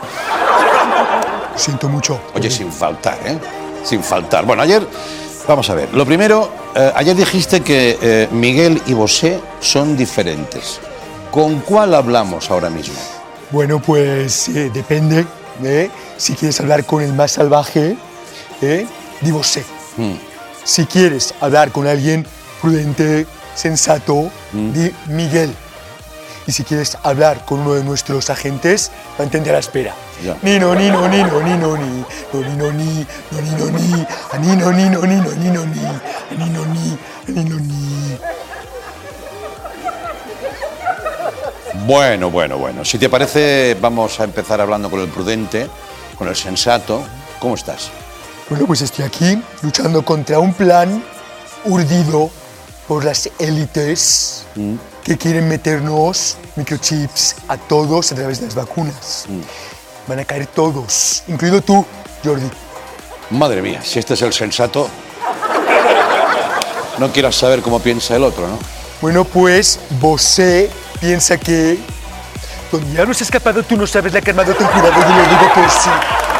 Lo siento mucho. Oye, sin faltar, Sin faltar. Bueno, ayer, vamos a ver. Lo primero, ayer dijiste que Miguel y Bosé son diferentes. ¿Con cuál hablamos ahora mismo? Bueno, pues depende. Si quieres hablar con el más salvaje, di Bosé. Si quieres hablar con alguien prudente, sensato, di Miguel. Y si quieres hablar con uno de nuestros agentes, mantente a la espera. Nino, nino, nino, nino, ni, no, nino, ni, no, nino, ni, anino, nino, nino, nino, ni, anino, ni, anino, ni. Bueno. Si te parece, vamos a empezar hablando con el prudente, con el sensato. ¿Cómo estás? Bueno, pues estoy aquí luchando contra un plan urdido por las élites que quieren meternos microchips a todos a través de las vacunas. Van a caer todos, incluido tú, Jordi. Madre mía, si este es el sensato, no quieras saber cómo piensa el otro, ¿no? Bueno, pues Bosé piensa que... Don Diablo se ha escapado, tú no sabes la que ha armado, ten cuidado, yo le digo que sí.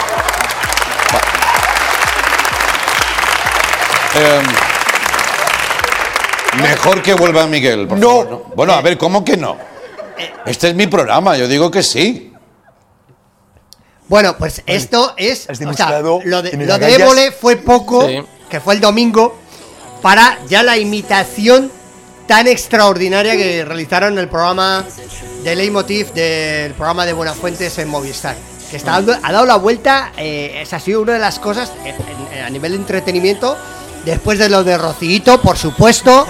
Mejor que vuelva Miguel, por favor, ¿no? Bueno, a ver, ¿cómo que no? Este es mi programa, yo digo que sí. Bueno, pues esto es... Has demostrado, o sea, lo de Évole fue poco, que fue el domingo, para ya la imitación tan extraordinaria que realizaron en el programa de Leitmotiv del programa de Buenafuentes en Movistar. Que ha dado la vuelta, esa ha sido una de las cosas a nivel de entretenimiento, después de lo de Rocito, por supuesto.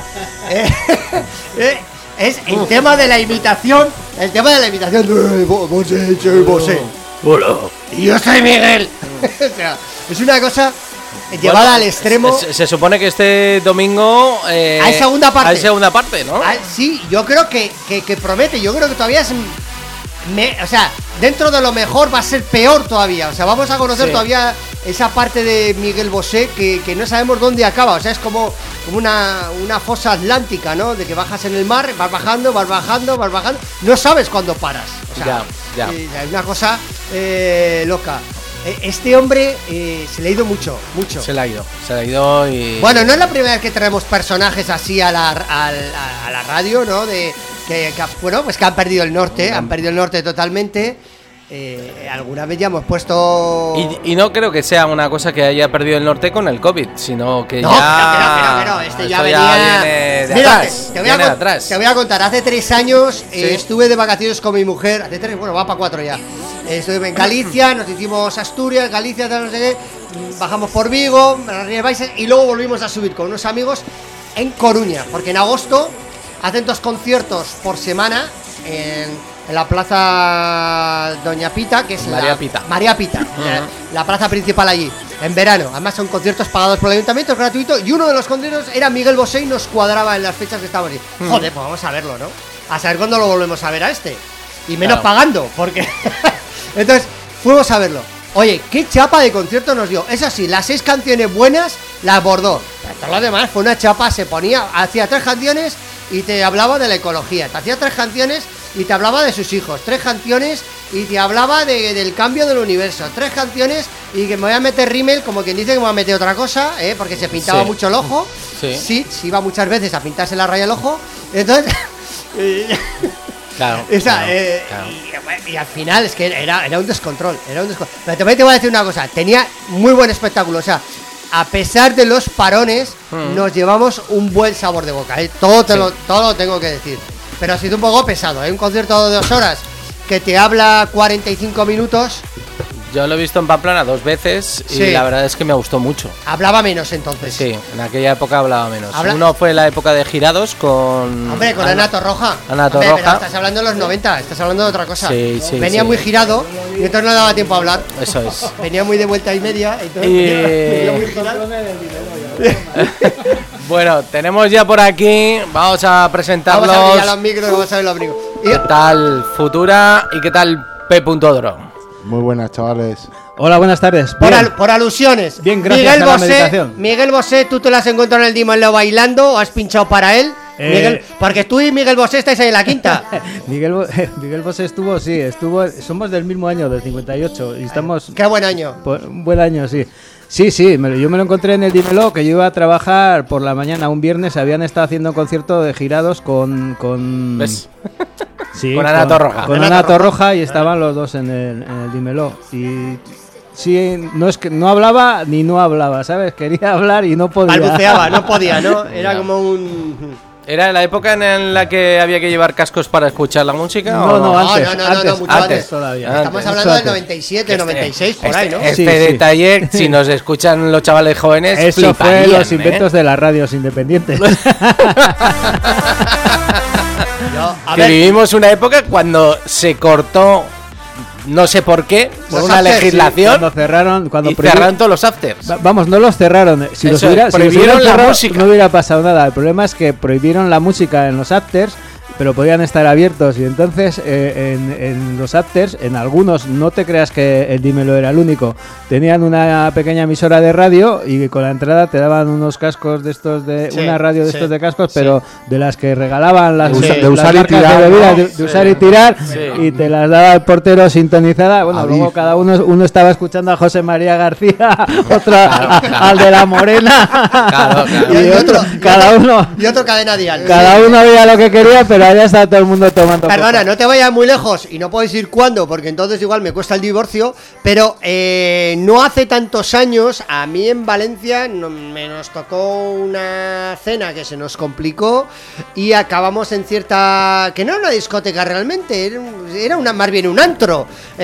Es el tema de la imitación. El tema de la imitación. Bosé, soy Bosé. Hola. Y yo soy Miguel. O sea, es una cosa llevada al extremo. Se supone que este domingo hay segunda parte. Hay segunda parte, ¿no? Sí, yo creo que promete. Yo creo que todavía es... o sea, dentro de lo mejor va a ser peor todavía. O sea, vamos a conocer todavía esa parte de Miguel Bosé que no sabemos dónde acaba. O sea, es como una fosa atlántica, ¿no? De que bajas en el mar, vas bajando. No sabes cuándo paras. O sea, ya. Es una cosa loca. Este hombre se le ha ido mucho. Se le ha ido y... Bueno, no es la primera vez que traemos personajes así a la radio, ¿no? Que han perdido el norte, totalmente. Alguna vez ya hemos puesto... Y no creo que sea una cosa que haya perdido el norte con el COVID, sino que no, pero este ya venía... viene de Mira, atrás. Te voy a contar, hace 3 años estuve de vacaciones con mi mujer, hace 3, va para 4 ya. Estuve en Galicia, nos hicimos Asturias, Galicia, tal, no sé qué, bajamos por Vigo, las Rías Baixas y luego volvimos a subir con unos amigos en Coruña, porque en agosto hacen 2 conciertos por semana en la plaza Doña Pita, que es María Pita, la plaza principal allí, en verano. Además son conciertos pagados por el ayuntamiento, es gratuito, y uno de los conciertos era Miguel Bosé y nos cuadraba en las fechas que estábamos allí. Joder, pues vamos a verlo, ¿no? A saber cuándo lo volvemos a ver a este. Y menos pagando, porque... Entonces, fuimos a verlo. Oye, qué chapa de concierto nos dio. Eso sí, las 6 canciones buenas las abordó. Pero todo lo demás fue una chapa, hacía 3 canciones y te hablaba de la ecología. Te hacía 3 canciones y te hablaba de sus hijos. 3 canciones y te hablaba del cambio del universo. 3 canciones y que me voy a meter rímel, como quien dice que me voy a meter otra cosa, porque se pintaba mucho el ojo. Sí, iba muchas veces a pintarse la raya el ojo. Entonces... Claro, Y al final es que era un descontrol, Pero también te voy a decir una cosa, tenía muy buen espectáculo, o sea, a pesar de los parones, nos llevamos un buen sabor de boca, todo lo tengo que decir. Pero ha sido un poco pesado, un concierto de 2 horas que te habla 45 minutos. Yo lo he visto en Pamplona 2 veces y la verdad es que me gustó mucho. Hablaba menos entonces. Sí, en aquella época hablaba menos. Uno fue la época de Girados con... Hombre, con Ana Torroja. Roja. Pero estás hablando de los 90, estás hablando de otra cosa. Sí, venía muy girado y entonces no daba tiempo a hablar. Eso es. Venía muy de vuelta y media. Venía muy girado. Bueno, tenemos ya por aquí, vamos a presentarlos. Vamos a abrir los micros, vamos a ver los micros. ¿Qué tal Futura y qué tal P.Dro? Muy buenas, chavales. Hola, buenas tardes. Por alusiones. Bien, gracias. Miguel Bosé, ¿tú te lo has encontrado en el Dímelo bailando o has pinchado para él? Miguel, porque tú y Miguel Bosé estáis ahí en la quinta. Miguel Bosé estuvo, somos del mismo año, del 58, y estamos... ¡Qué buen año! Un buen año, sí. Sí, yo me lo encontré en el Dímelo, que yo iba a trabajar por la mañana un viernes, habían estado haciendo un concierto de Girados con ¿ves? Sí, con Ana Torroja. Con Ana Torroja y estaban los dos en el Dímelo. Y sí, no es que no hablaba ni no hablaba, ¿sabes? Quería hablar y no podía. Balbuceaba, no podía, ¿no? Era como un... ¿Era la época en la que había que llevar cascos para escuchar la música? No, antes todavía. Estamos hablando del 97, 96, por ahí, ¿no? Este detalle, si nos escuchan los chavales jóvenes, eso fue los inventos de las radios independientes. Que vivimos una época cuando se cortó, no sé por qué, por una legislación, cuando cerraron todos los afters. Vamos, no los cerraron. Si los prohibieron la música. No hubiera pasado nada. El problema es que prohibieron la música en los afters, pero podían estar abiertos. Y entonces en los afters, en algunos, no te creas que el Dímelo era el único. Tenían una pequeña emisora de radio y con la entrada te daban unos cascos de estos una radio de estos de cascos, pero de las que regalaban las de usar y tirar, de bebidas, de usar y tirar, y te las daba el portero sintonizada. Bueno, luego cada uno estaba escuchando a José María García, otro al de La Morena, y otro cada uno y otro Cadena Dial. Cada uno veía lo que quería, pero allá está todo el mundo tomando. Perdona, no te vayas muy lejos y no puedo decir cuándo, porque entonces igual me cuesta el divorcio, pero no hace tantos años, a mí en Valencia nos tocó una cena que se nos complicó y acabamos en cierta... que no era una discoteca realmente, era más bien un antro.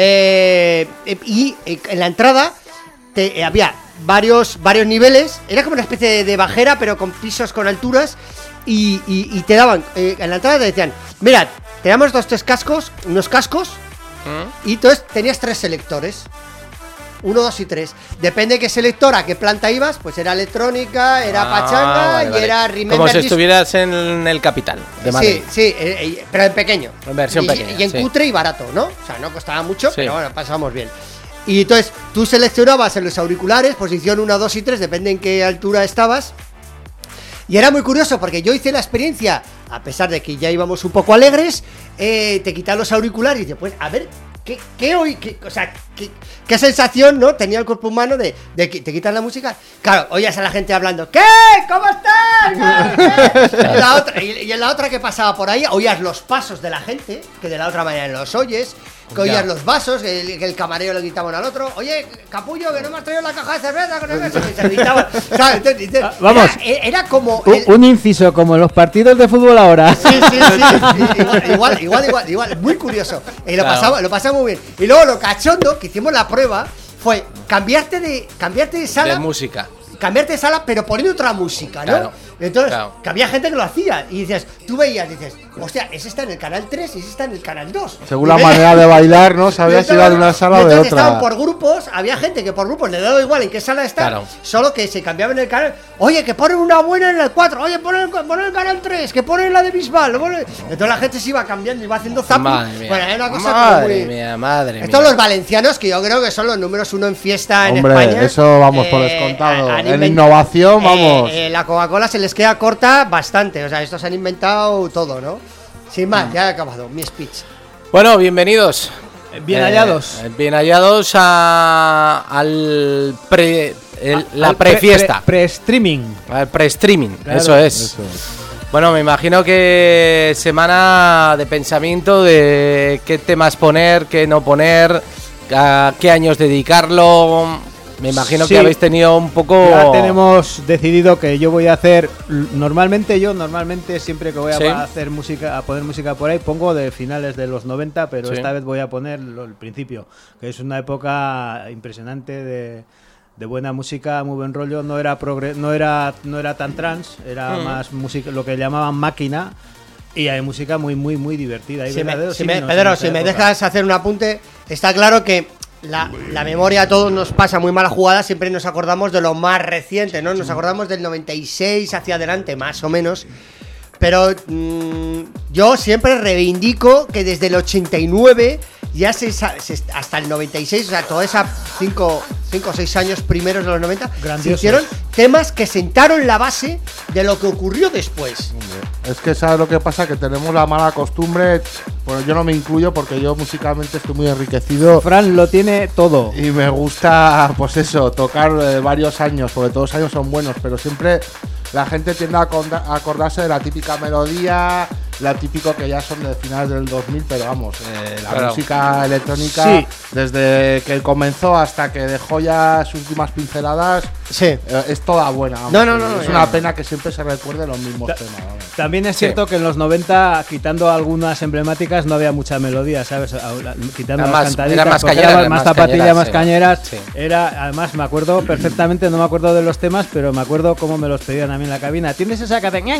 Y en la entrada había varios niveles, era como una especie de bajera, pero con pisos, con alturas, y te daban, en la entrada te decían, mira, te damos unos cascos, y entonces tenías 3 selectores. 1, 2 y 3. Depende de qué selector, a qué planta ibas, pues era electrónica, era pachanga y era Remember. Como si estuvieras en el Capital de Madrid. Sí, pero en pequeño. En versión pequeña. Y en cutre y barato, ¿no? O sea, no costaba mucho, pero bueno, pasábamos bien. Y entonces tú seleccionabas en los auriculares, posición 1, 2 y 3, depende en qué altura estabas. Y era muy curioso porque yo hice la experiencia, a pesar de que ya íbamos un poco alegres, te quitas los auriculares y dices, pues a ver ¿Qué sensación, no? Tenía el cuerpo humano de que te quitas la música. Claro, oías a la gente hablando, ¿qué? ¿Cómo estás? Y en la otra que pasaba por ahí, oías los pasos de la gente, que de la otra manera los oyes. Que oías los vasos, que el camarero le gritaban al otro, oye, capullo, que no me has traído la caja de cerveza, con eso, y se gritaban, ¿sabes? Entonces, vamos, era como... Un inciso, como en los partidos de fútbol ahora. Sí, igual, muy curioso. Y lo pasamos muy bien. Y luego lo cachondo, que hicimos la prueba, fue cambiarte de sala... De música. Cambiarte de sala, pero poniendo otra música, ¿no? Claro. Entonces, que había gente que lo hacía. Y dices, tú veías, hostia, ese está en el canal 3 y ese está en el canal 2. Según la manera de bailar, ¿no? Sabías si era de una sala o de otra. Estaban por grupos, había gente que por grupos le daba igual en qué sala está, solo que se cambiaba en el canal. Oye, que ponen una buena en el 4, oye, ponen el canal 3, que ponen la de Bisbal. Entonces la gente se iba cambiando, iba haciendo zapping. Bueno, era una cosa madre mía. Estos los valencianos, que yo creo que son los números 1 en fiesta en España. Hombre, eso vamos por descontado. En innovación, vamos. La Coca-Cola se les queda corta bastante. O sea, estos han inventado todo, ¿no? Sin más, ya he acabado mi speech. Bueno, bienvenidos. Bien hallados. Bien hallados al prefiesta. Pre-streaming. Al pre-streaming, claro, eso es. Bueno, me imagino que semana de pensamiento de qué temas poner, qué no poner, a qué años dedicarlo. Me imagino que habéis tenido un poco... Ya tenemos decidido que yo voy a hacer... Normalmente siempre que voy a hacer música, a poner música por ahí, pongo de finales de los 90, pero esta vez voy a poner el principio, que es una época impresionante de buena música, muy buen rollo. No era tan trance, era más música, lo que llamaban máquina. Y hay música muy, muy, muy divertida. Pedro, si me dejas hacer un apunte, está claro que la memoria a todos nos pasa muy mala jugada, siempre nos acordamos de lo más reciente, ¿no? Nos acordamos del 96 hacia adelante, más o menos. Pero yo siempre reivindico que desde el 89 ya hasta el 96, o sea, toda esa 5 o 6 años primeros de los 90, se hicieron temas que sentaron la base de lo que ocurrió después. Es que sabes lo que pasa, que tenemos la mala costumbre, bueno, yo no me incluyo porque yo musicalmente estoy muy enriquecido. Fran lo tiene todo. Y me gusta, pues eso, tocar varios años, porque todos los años son buenos, pero siempre la gente tiende a acordarse de la típica melodía, la típico que ya son de finales del 2000, pero vamos, la música electrónica, desde que comenzó hasta que dejó ya sus últimas pinceladas, es toda buena. Vamos, es una pena que siempre se recuerde los mismos temas. Vamos. También es cierto que en los 90, quitando algunas emblemáticas, no había mucha melodía, ¿sabes? Quitando las cantaditas, más zapatillas, más cañeras. Sí. Además, me acuerdo perfectamente, no me acuerdo de los temas, pero me acuerdo cómo me los pedían a mí en la cabina. ¿Tienes esa que hace? Y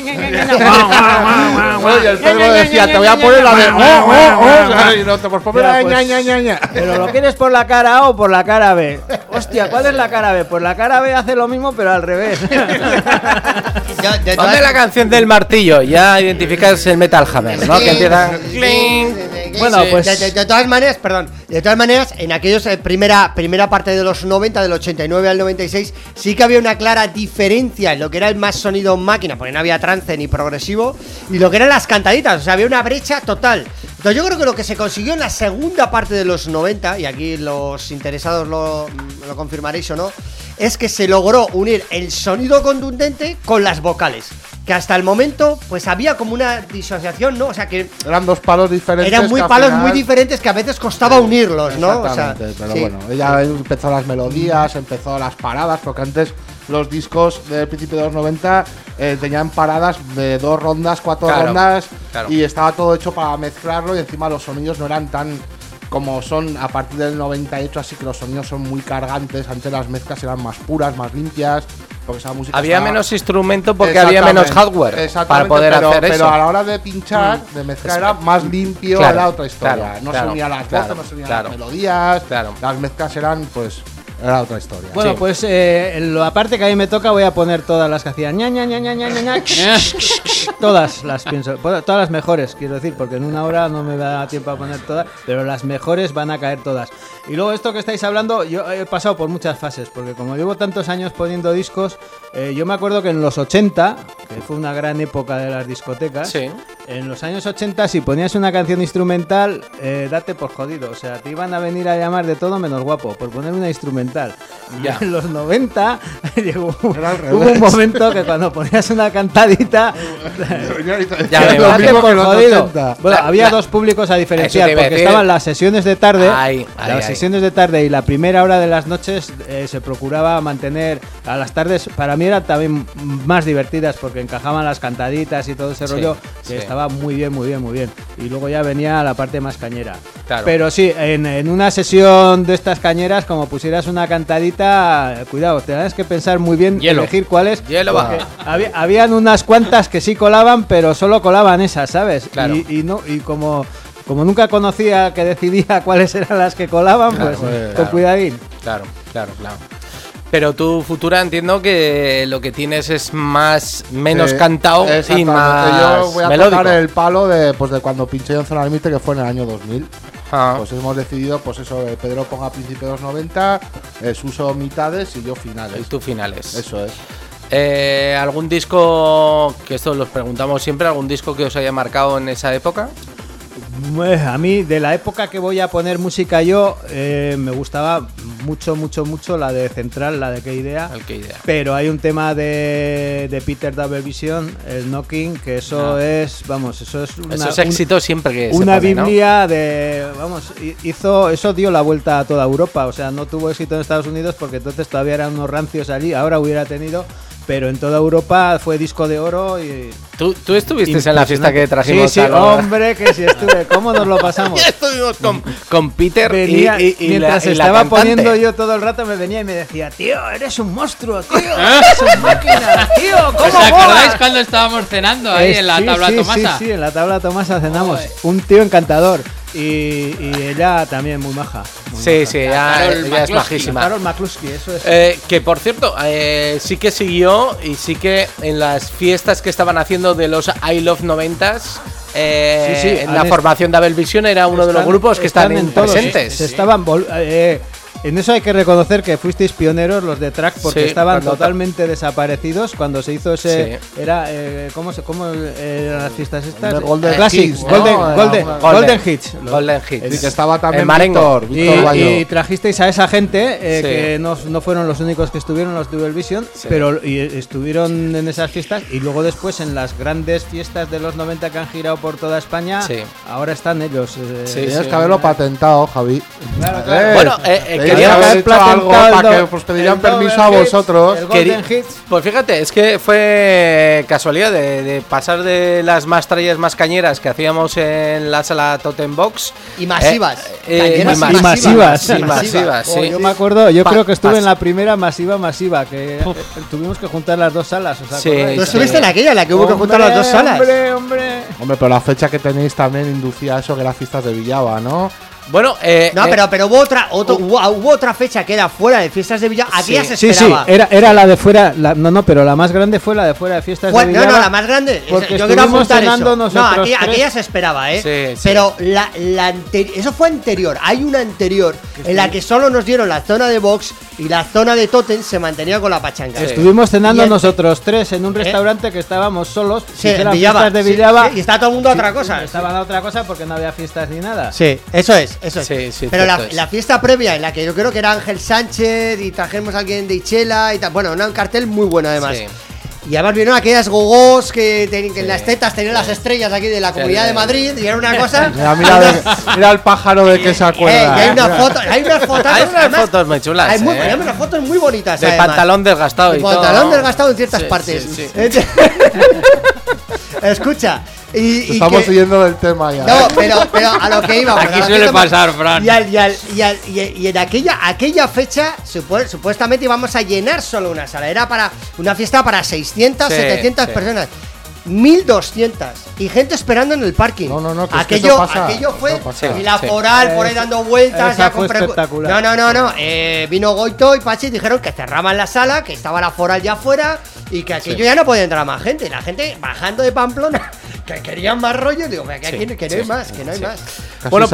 el Pedro decía, te voy a poner la de... Y no te poner pero lo quieres por la cara A o por la cara B. Hostia, ¿cuál es la cara B? Pues la cara B hace lo mismo, pero al revés. ¿Dónde la canción del martillo? Ya identificas el Metal Hammer, ¿no? Que empiezan... Bueno, pues... De todas maneras, en aquellos primera parte de los 90, del 89 al 96, sí que había una clara diferencia en lo que era el más sonido máquina, porque no había trance ni progresivo, y lo que eran las cantaditas, o sea, había una brecha total. Entonces yo creo que lo que se consiguió en la segunda parte de los 90, y aquí los interesados lo confirmaréis o no, es que se logró unir el sonido contundente con las vocales, que hasta el momento pues había como una disociación, ¿no? O sea, que eran dos palos diferentes. Eran palos muy diferentes que a veces costaba unirlos, ¿no? Exactamente, pero bueno, ella empezó las melodías, empezó las paradas, porque antes los discos del principio de los 90 tenían paradas de 2 rondas, 4 rondas, y estaba todo hecho para mezclarlo, y encima los sonidos no eran tan como son a partir del 98, así que los sonidos son muy cargantes. Antes las mezclas eran más puras, más limpias, porque esa música había menos instrumento porque había menos hardware para poder hacer eso. Pero a la hora de pinchar, de mezclar, era más limpio, era otra historia. No se unía las voces, no se unían las melodías, las mezclas eran pues... Era otra historia. Bueno, pues la parte que a mí me toca voy a poner todas las que hacían todas las pienso, todas las mejores, quiero decir, porque en una hora no me da tiempo a poner todas, pero las mejores van a caer todas. Y luego esto que estáis hablando, yo he pasado por muchas fases, porque como llevo tantos años poniendo discos, yo me acuerdo que en los 80, que fue una gran época de las discotecas, en los años 80 si ponías una canción instrumental, date por jodido. O sea, te iban a venir a llamar de todo menos guapo por poner una instrumental. Ya. En los 90 hubo un momento que cuando ponías una cantadita, date por jodido. Bueno, había dos públicos a diferenciar, porque estaban las sesiones de tarde, sesiones de tarde y la primera hora de las noches se procuraba mantener a las tardes. Para mí eran también más divertidas porque encajaban las cantaditas y todo ese rollo, que estaba muy bien. Y luego ya venía la parte más cañera. Claro. Pero sí, en una sesión de estas cañeras, como pusieras una cantadita, cuidado, tendrás que pensar muy bien, elegir cuáles. Habían unas cuantas que sí colaban, pero solo colaban esas, ¿sabes? Claro. Y como nunca conocía que decidía cuáles eran las que colaban, con cuidadín. Claro. Pero tu Futura entiendo que lo que tienes es menos cantado y más yo voy a melódico. Tocar el palo de cuando pinché en Zona Límite, que fue en el año 2000. Pues hemos decidido, pues eso, Pedro ponga a principios de los 90, Suso mitades y yo finales. Y tú finales. Eso es. ¿Algún disco, que esto los preguntamos siempre, algún disco que os haya marcado en esa época? A mí, de la época que voy a poner música yo, me gustaba mucho la de Central, la de Qué Idea. Pero hay un tema de Peter Double Vision, el Knocking, que eso es, eso es éxito siempre que una se pone, biblia, ¿no? de, eso dio la vuelta a toda Europa. O sea, no tuvo éxito en Estados Unidos porque entonces todavía eran unos rancios allí, ahora hubiera tenido. Pero en toda Europa fue disco de oro y... ¿Tú estuviste en la fiesta que trajimos? Sí, hombre, que sí estuve. ¿Cómo nos lo pasamos? Ya estuvimos con Peter venía, y mientras estaba poniendo yo todo el rato me venía y me decía, tío, eres un monstruo, tío, eres un máquina, tío, ¿cómo ¿Os acordáis cuando estábamos cenando ahí en la tabla Tomasa? Sí, en la tabla Tomasa cenamos. Un tío encantador. Y ella también muy maja. Ella es majísima. Carol McCluskey, eso es. Que por cierto, sí que siguió y sí que en las fiestas que estaban haciendo de los I Love 90s, en la formación de Abel Vision era uno de los grupos que están presentes. Se estaban en eso hay que reconocer que fuisteis pioneros los de Track, porque estaban totalmente desaparecidos cuando se hizo ese... Era, ¿cómo eran las fiestas estas? Golden Classics, Hits, Golden Hits. Golden Hits. Sí, que estaba también Víctor y trajisteis a esa gente que no fueron los únicos que estuvieron los Double Vision, pero estuvieron en esas fiestas y luego después en las grandes fiestas de los 90 que han girado por toda España, ahora están ellos. Tienes que haberlo patentado, Javi. Claro. Bueno, quería haber hecho algo para que os pedirían permiso a vosotros. Pues fíjate, es que fue casualidad de pasar de las más trallas más cañeras que hacíamos en la sala Totem Box. Y masivas. Masivas. Yo me acuerdo, yo creo que estuve en la primera masiva, que tuvimos que juntar las dos salas. ¿Os acordáis? ¿No estuviste en aquella, en la que hubo que juntar las dos salas? Hombre, pero la fecha que tenéis también inducía a eso, que las fiestas de Villava, ¿no? Bueno, pero hubo otra fecha que era fuera de fiestas de Villava. Aquí ya se esperaba. Sí, era la de fuera. Pero la más grande fue la de fuera de fiestas de Villava. No, la más grande. Porque yo quiero apuntar eso. Aquí ya se esperaba, Pero eso fue anterior. Hay una anterior en la que solo nos dieron la zona de box y la zona de Totem se mantenía con la pachanga. Estuvimos cenando nosotros tres en un restaurante que estábamos solos. En Villava. De Villava. Y está todo el mundo a otra cosa. Estaban a otra cosa porque no había fiestas ni nada. Sí, eso es. Sí, pero la fiesta previa en la que yo creo que era Ángel Sánchez y trajimos a alguien de Ichela y tal. Bueno, un cartel muy bueno además. Y además vieron aquellas gogos que en las tetas tenían las estrellas aquí de la Comunidad de Madrid y era una cosa. Mira el pájaro de que se acuerda. Hay unas fotos muy chulas. Hay unas fotos muy bonitas. De pantalón desgastado y todo. Pantalón desgastado en ciertas partes. Escucha. Estamos siguiendo del tema ya. No, pero a lo que íbamos. Aquí suele pasar, Fran. Y en aquella fecha supuestamente íbamos a llenar solo una sala. Era para una fiesta para 600, 700 personas. 1200 y gente esperando en el parking. No, que aquello fue y la foral por ahí dando vueltas. Ya fue espectacular. No. Vino Goito y Pachi y dijeron que cerraban la sala, que estaba la foral ya afuera y que aquello ya no podía entrar más gente. La gente bajando de Pamplona que querían más rollo. Digo, que no hay más, que no hay más. Bueno,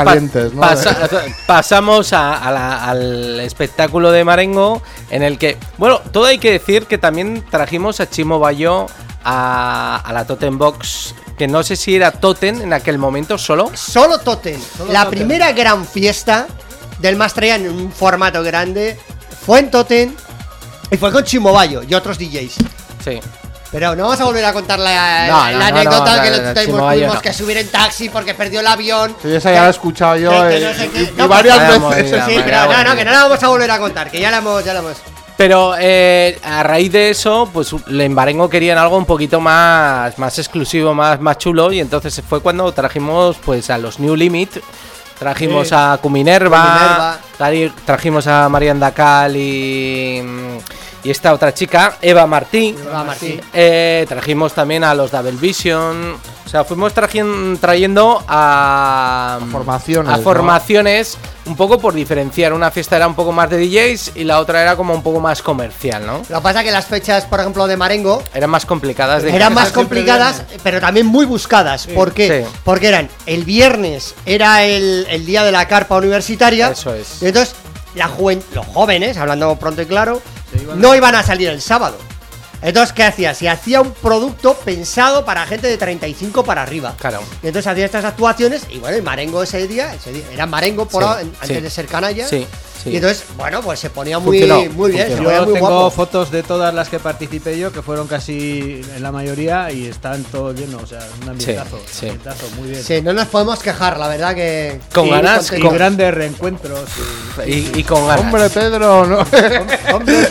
pasamos al espectáculo de Marengo, en el que, bueno, todo hay que decir que también trajimos a Chimo Bayo a la Totem Box, que no sé si era Totem en aquel momento solo. Solo Totem. La primera gran fiesta del Mastraya en un formato grande fue en Totem y fue con Chimo Bayo y otros DJs. Sí. Pero no vamos a volver a contar la anécdota que tuvimos que subir en taxi porque perdió el avión. Sí, esa ya la he escuchado yo y varias veces. Sí, pero que no la vamos a volver a contar, que ya la hemos. Pero a raíz de eso, pues en Barengo querían algo un poquito más exclusivo, más chulo, y entonces fue cuando trajimos pues a los New Limit, trajimos a Cuminerva, trajimos a Marian Dacal y esta otra chica, Eva Martí. Trajimos también a los Double Vision. O sea, fuimos trayendo a formaciones, ¿no? Un poco por diferenciar. Una fiesta era un poco más de DJs y la otra era como un poco más comercial, ¿no? Lo que pasa es que las fechas, por ejemplo, de Marengo eran más complicadas. Pero también muy buscadas. Sí. ¿Por qué? Sí. Porque eran el viernes, era el día de la carpa universitaria. Eso es. Y entonces los jóvenes, hablando pronto y claro, no iban a salir el sábado. Entonces, ¿qué hacía? Se hacía un producto pensado para gente de 35 para arriba. Claro. Y entonces hacía estas actuaciones. Y bueno, el Marengo ese día era Marengo antes de ser canalla. Sí. Y entonces, bueno, pues se ponía muy bien. Yo tengo fotos de todas las que participé yo, que fueron casi en la mayoría, y están todos llenos. O sea, un ambientazo, muy bien. Sí, no nos podemos quejar, la verdad que... Con ganas. Con grandes reencuentros. Y con ganas. Hombre, Pedro, ¿no? Hombre,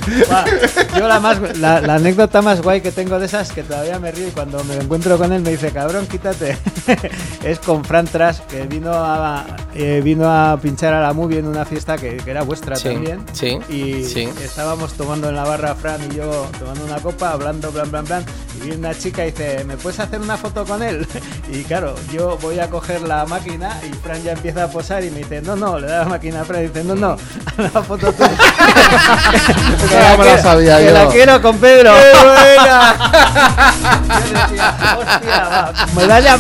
yo la anécdota más guay que tengo de esas, que todavía me río, y cuando me encuentro con él me dice, cabrón, quítate. Es con Fran Tras, que vino a pinchar a la movie en una fiesta que era vuestra también. Sí. Y estábamos tomando en la barra, Fran y yo, tomando una copa, hablando, blan. Y viene una chica y dice, ¿me puedes hacer una foto con él? Y claro, yo voy a coger la máquina y Fran ya empieza a posar y me dice, no, le da la máquina a Fran y dice, no, haz la foto tú. Me la sabía yo. La quiero con Pedro. ¡Qué buena! Yo decía, hostia, va,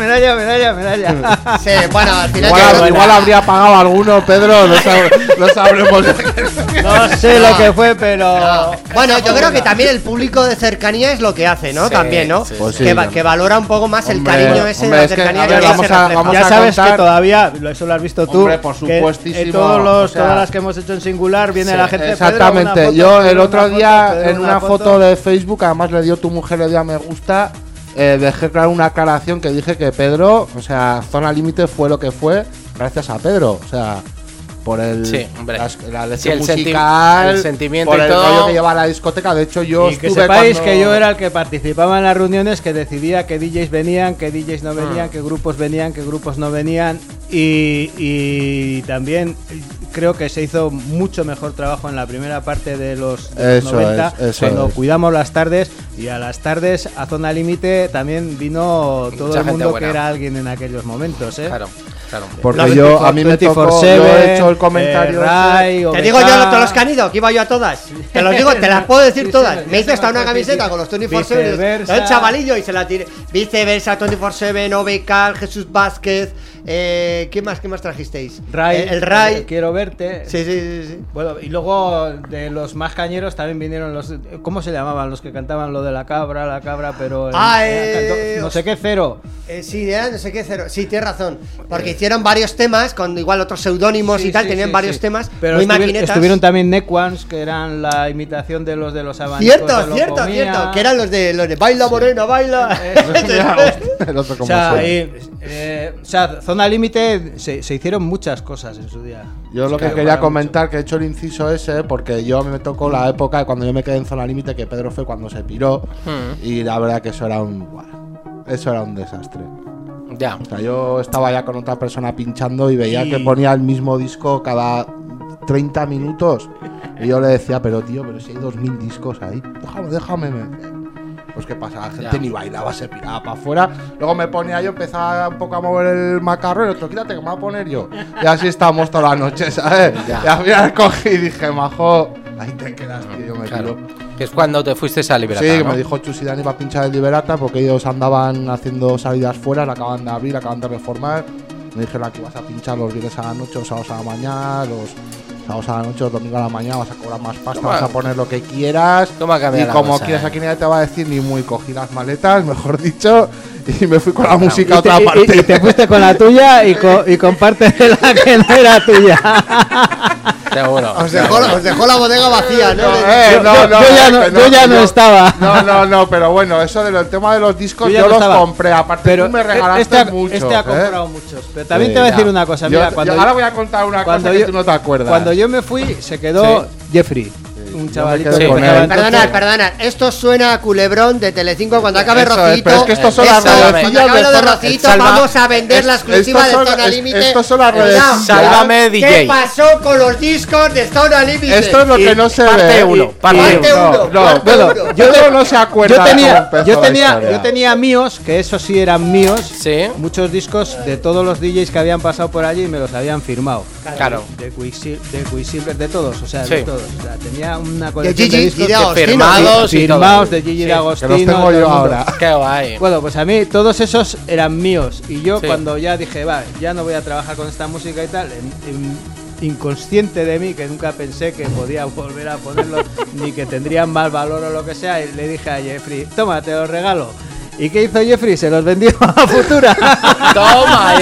medalla. Sí, bueno, al final igual habría pagado alguno, Pedro, no sabremos. No sé lo que fue, pero... No. Bueno, yo creo que también el público de cercanía es lo que hace, ¿no? Sí, también, ¿no? Sí, pues que valora un poco más el cariño ese de la cercanía. Ya sabes que todavía, eso lo has visto tú, hombre, por supuestísimo, todas las que hemos hecho en singular viene la gente. Exactamente, Pedro, yo el otro día en una foto de Facebook, además le dio tu mujer, le dio a me gusta, dejé claro una aclaración que dije que Pedro, o sea, Zona Límite fue lo que fue gracias a Pedro, o sea, por el la leche musical, el sentimiento por y el todo, rollo que lleva a la discoteca. De hecho, yo y que sepáis que yo era el que participaba en las reuniones, que decidía qué DJs venían, qué DJs no venían, qué grupos venían, qué grupos no venían, y también creo que se hizo mucho mejor trabajo en la primera parte de los 90, cuando cuidamos las tardes, y a las tardes a Zona Límite también vino todo el mundo que era alguien en aquellos momentos, Claro. Porque a mí me tocó, yo he hecho el comentario. Te digo yo todos los que han ido, que iba yo a todas. Te los digo, te las puedo decir todas. Me hice hasta una camiseta con los 24/7, el chavalillo, y se la tiré. Viceversa, 24/7, Obecal, Jesús Vázquez. ¿Qué más trajisteis? El Ray. Quiero verte. Sí. Bueno, y luego de los más cañeros también vinieron los... ¿Cómo se llamaban? Los que cantaban lo de la cabra, pero... no sé qué cero. Sí, no sé qué cero. Sí, tienes razón. Porque hicieron varios temas con igual otros seudónimos y tal. Tenían varios temas. Pero muy maquinetas. Estuvieron también Nequans, que eran la imitación de los abanicos. Cierto. Que eran los de Baila Morena, baila. O sea, Zona Límite se hicieron muchas cosas en su día. Yo lo que quería comentar, que he hecho el inciso ese, porque yo a mí me tocó la época de cuando yo me quedé en Zona Límite, que Pedro fue cuando se piró, y la verdad que eso era un desastre. Ya. O sea, yo estaba ya con otra persona pinchando y veía que ponía el mismo disco cada 30 minutos. Y yo le decía, pero si hay 2000 discos ahí, déjame. Pues qué pasa, la gente ni bailaba, se piraba para afuera. Luego me ponía yo, empezaba un poco a mover el macarro, y el otro, quítate que me voy a poner yo. Y así estábamos toda la noche, ¿sabes? Y al final cogí y dije, majo, ahí te quedas, tío, me tiro. Que es cuando te fuiste a Liberata, sí, ¿no? Me dijo Chus y Dani para pinchar el Liberata, porque ellos andaban haciendo salidas fuera, la acaban de abrir, acaban de reformar. Me dijeron que ibas a pinchar los viernes a la noche, los sábados a la mañana, los sábados a la noche o domingo a la mañana vas a cobrar más pasta, vas a poner lo que quieras y como quieras, aquí nadie te va a decir ni muy. Cogí las maletas, mejor dicho, y me fui con la música a otra parte. Y te fuiste con la tuya y con parte de la que no era tuya. Seguro. Os dejó la bodega vacía, ¿no? Yo ya no estaba. No, pero bueno, eso del tema de los discos yo los compré. Aparte, pero tú me regalaste muchos. Este ha comprado muchos. Pero también te voy a decir una cosa. Mira, ahora voy a contar una cosa que tú no te acuerdas. Cuando yo me fui, se quedó Jeffrey. Un chavalito que perdonad, esto suena a Culebrón de Telecinco cuando acabe Rocito. Pero es que estos son las redes de Rocito, vamos a vender la exclusiva de Zona Límite. Estos son las redes. Sálvame DJ. ¿Qué pasó con los discos de Zona Límite? Esto es lo que no se ve. Parte 1. Bueno, yo no se acuerda. Yo tenía míos, que esos sí eran míos. Sí. Muchos discos de todos los DJs que habían pasado por allí y me los habían firmado. Claro. De Quicksilver, de todos, o sea, de todos. O sea, tenía una colección de discos firmados de Gigi D'Agostino. Que los tengo yo ahora. Qué guay. Bueno, pues a mí todos esos eran míos. Y yo cuando ya dije, ya no voy a trabajar con esta música y tal, inconsciente de mí, que nunca pensé que podía volver a ponerlos, ni que tendrían más valor o lo que sea, y le dije a Jeffrey, toma, te los regalo. ¿Y qué hizo Jeffrey? Se los vendió a Futura. ¡Toma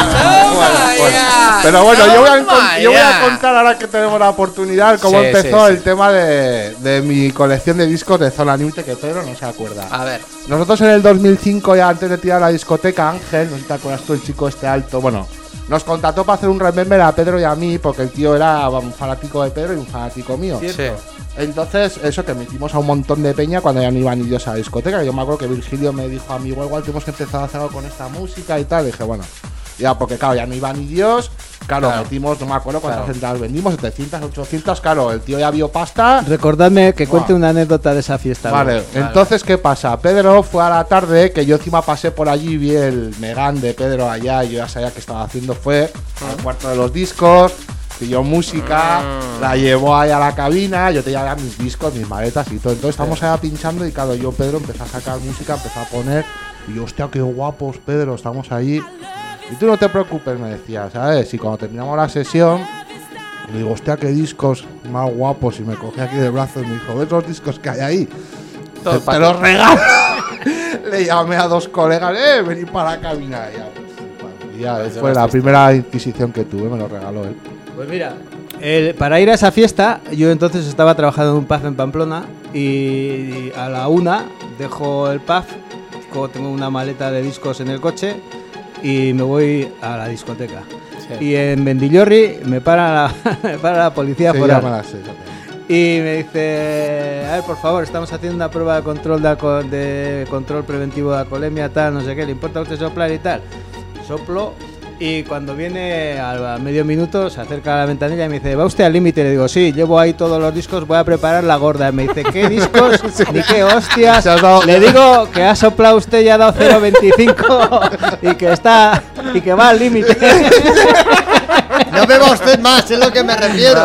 ya! Pero bueno, yo voy a contar ahora que tenemos la oportunidad cómo empezó el tema de mi colección de discos de Zona Límite, que Pedro no se acuerda. A ver. Nosotros en el 2005, ya antes de tirar la discoteca, Ángel, no sé si te acuerdas tú, el chico este alto, bueno, nos contactó para hacer un remember a Pedro y a mí, porque el tío era un fanático de Pedro y un fanático mío. Sí. Entonces, eso, que metimos a un montón de peña cuando ya no iban ni Dios a la discoteca. Yo me acuerdo que Virgilio me dijo a mí, igual tenemos que empezar a hacer algo con esta música y tal. Y dije, bueno, ya, porque claro, ya no iba ni Dios. Claro, metimos, no me acuerdo cuántas entradas vendimos, 700, 800, claro, el tío ya vio pasta. Recordadme que cuente una anécdota de esa fiesta. Vale, entonces, ¿qué pasa? Pedro fue a la tarde, que yo encima pasé por allí, vi el Megán de Pedro allá, y yo ya sabía que estaba haciendo, fue al cuarto de los discos, pilló música, la llevó ahí a la cabina, yo tenía ya mis discos, mis maletas y todo. Entonces estamos allá pinchando y claro, yo, Pedro, empecé a sacar música, empecé a poner, y yo, hostia, qué guapos, Pedro, estamos ahí. Y tú no te preocupes, me decía, ¿sabes? Y cuando terminamos la sesión, le digo, hostia, qué discos más guapos. Y me cogí aquí de brazos y me dijo, ¿ves los discos que hay ahí? Te los regalo. Le llamé a dos colegas, vení para la cabina. Y ya, fue la primera adquisición que tuve, me lo regaló él. Pues mira, para ir a esa fiesta, yo entonces estaba trabajando en un pub en Pamplona y a la 1 dejo el pub, tengo una maleta de discos en el coche y me voy a la discoteca. Sí. Y en Mendillorri me para la policía foral. Y me dice, a ver, por favor, estamos haciendo una prueba de control preventivo de alcoholemia, tal, no sé qué, ¿le importa a usted soplar y tal? Soplo. Y cuando viene a medio minuto se acerca a la ventanilla y me dice, ¿va usted al límite? Le digo, sí, llevo ahí todos los discos, voy a preparar la gorda. Y me dice, ¿qué discos? Ni qué hostias. Le digo que ha soplado usted y ha dado 0,25 y que va al límite. No beba usted más, es lo que me refiero.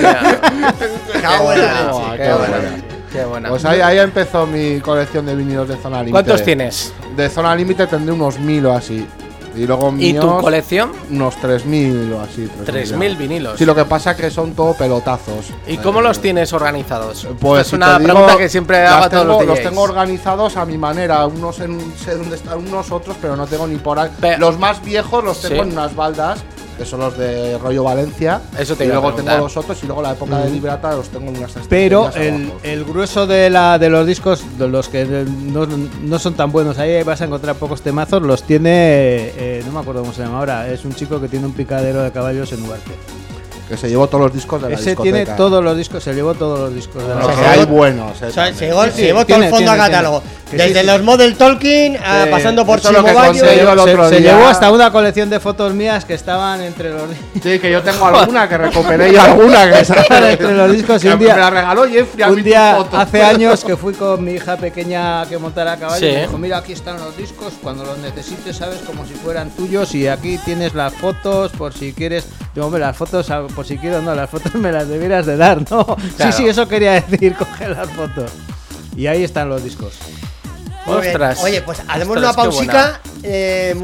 Qué buena. Pues ahí empezó mi colección de vinilos de Zona Límite. ¿Cuántos tienes? De Zona Límite tendré unos 1000 o así. Y luego míos, tu colección? Unos 3000 o así. 3000 vinilos. Sí, lo que pasa es que son todo pelotazos. ¿Y cómo los tienes organizados? Pues es una pregunta que siempre hago a todos los DJs. Los tengo organizados a mi manera. Unos sé dónde están unos otros, pero no tengo ni por ahí. Los más viejos los tengo en unas baldas, que son los de rollo Valencia. Eso te y iba a luego preguntar. tengo los otros y luego la época de Librata los tengo en unas estanterías. Pero el grueso de los discos, de los que no son tan buenos, ahí vas a encontrar pocos temazos, los tiene, no me acuerdo cómo se llama ahora, es un chico que tiene un picadero de caballos en Ugarte. Que se llevó todos los discos de la discoteca. Ese tiene todos los discos, se llevó todos los discos de la discoteca. Hay buenos. Se llevó todo el fondo a catálogo. Desde los Model Tolkien pasando por Chimo Bayo. Se llevó hasta una colección de fotos mías que estaban entre los discos. Sí, que yo tengo alguna, que recuperé yo alguna. Que estaban entre los discos. Y un día, me la regaló Jeffrey a un día hace años que fui con mi hija pequeña que montara a caballo y me dijo, mira, aquí están los discos, cuando los necesites, sabes, como si fueran tuyos, y aquí tienes las fotos por si quieres. Digo, hombre, las fotos, por si quiero, no, las fotos me las debieras de dar, ¿no? Claro. Sí, eso quería decir, coger las fotos. Y ahí están los discos. Ostras. Oye, pues hacemos una pausica,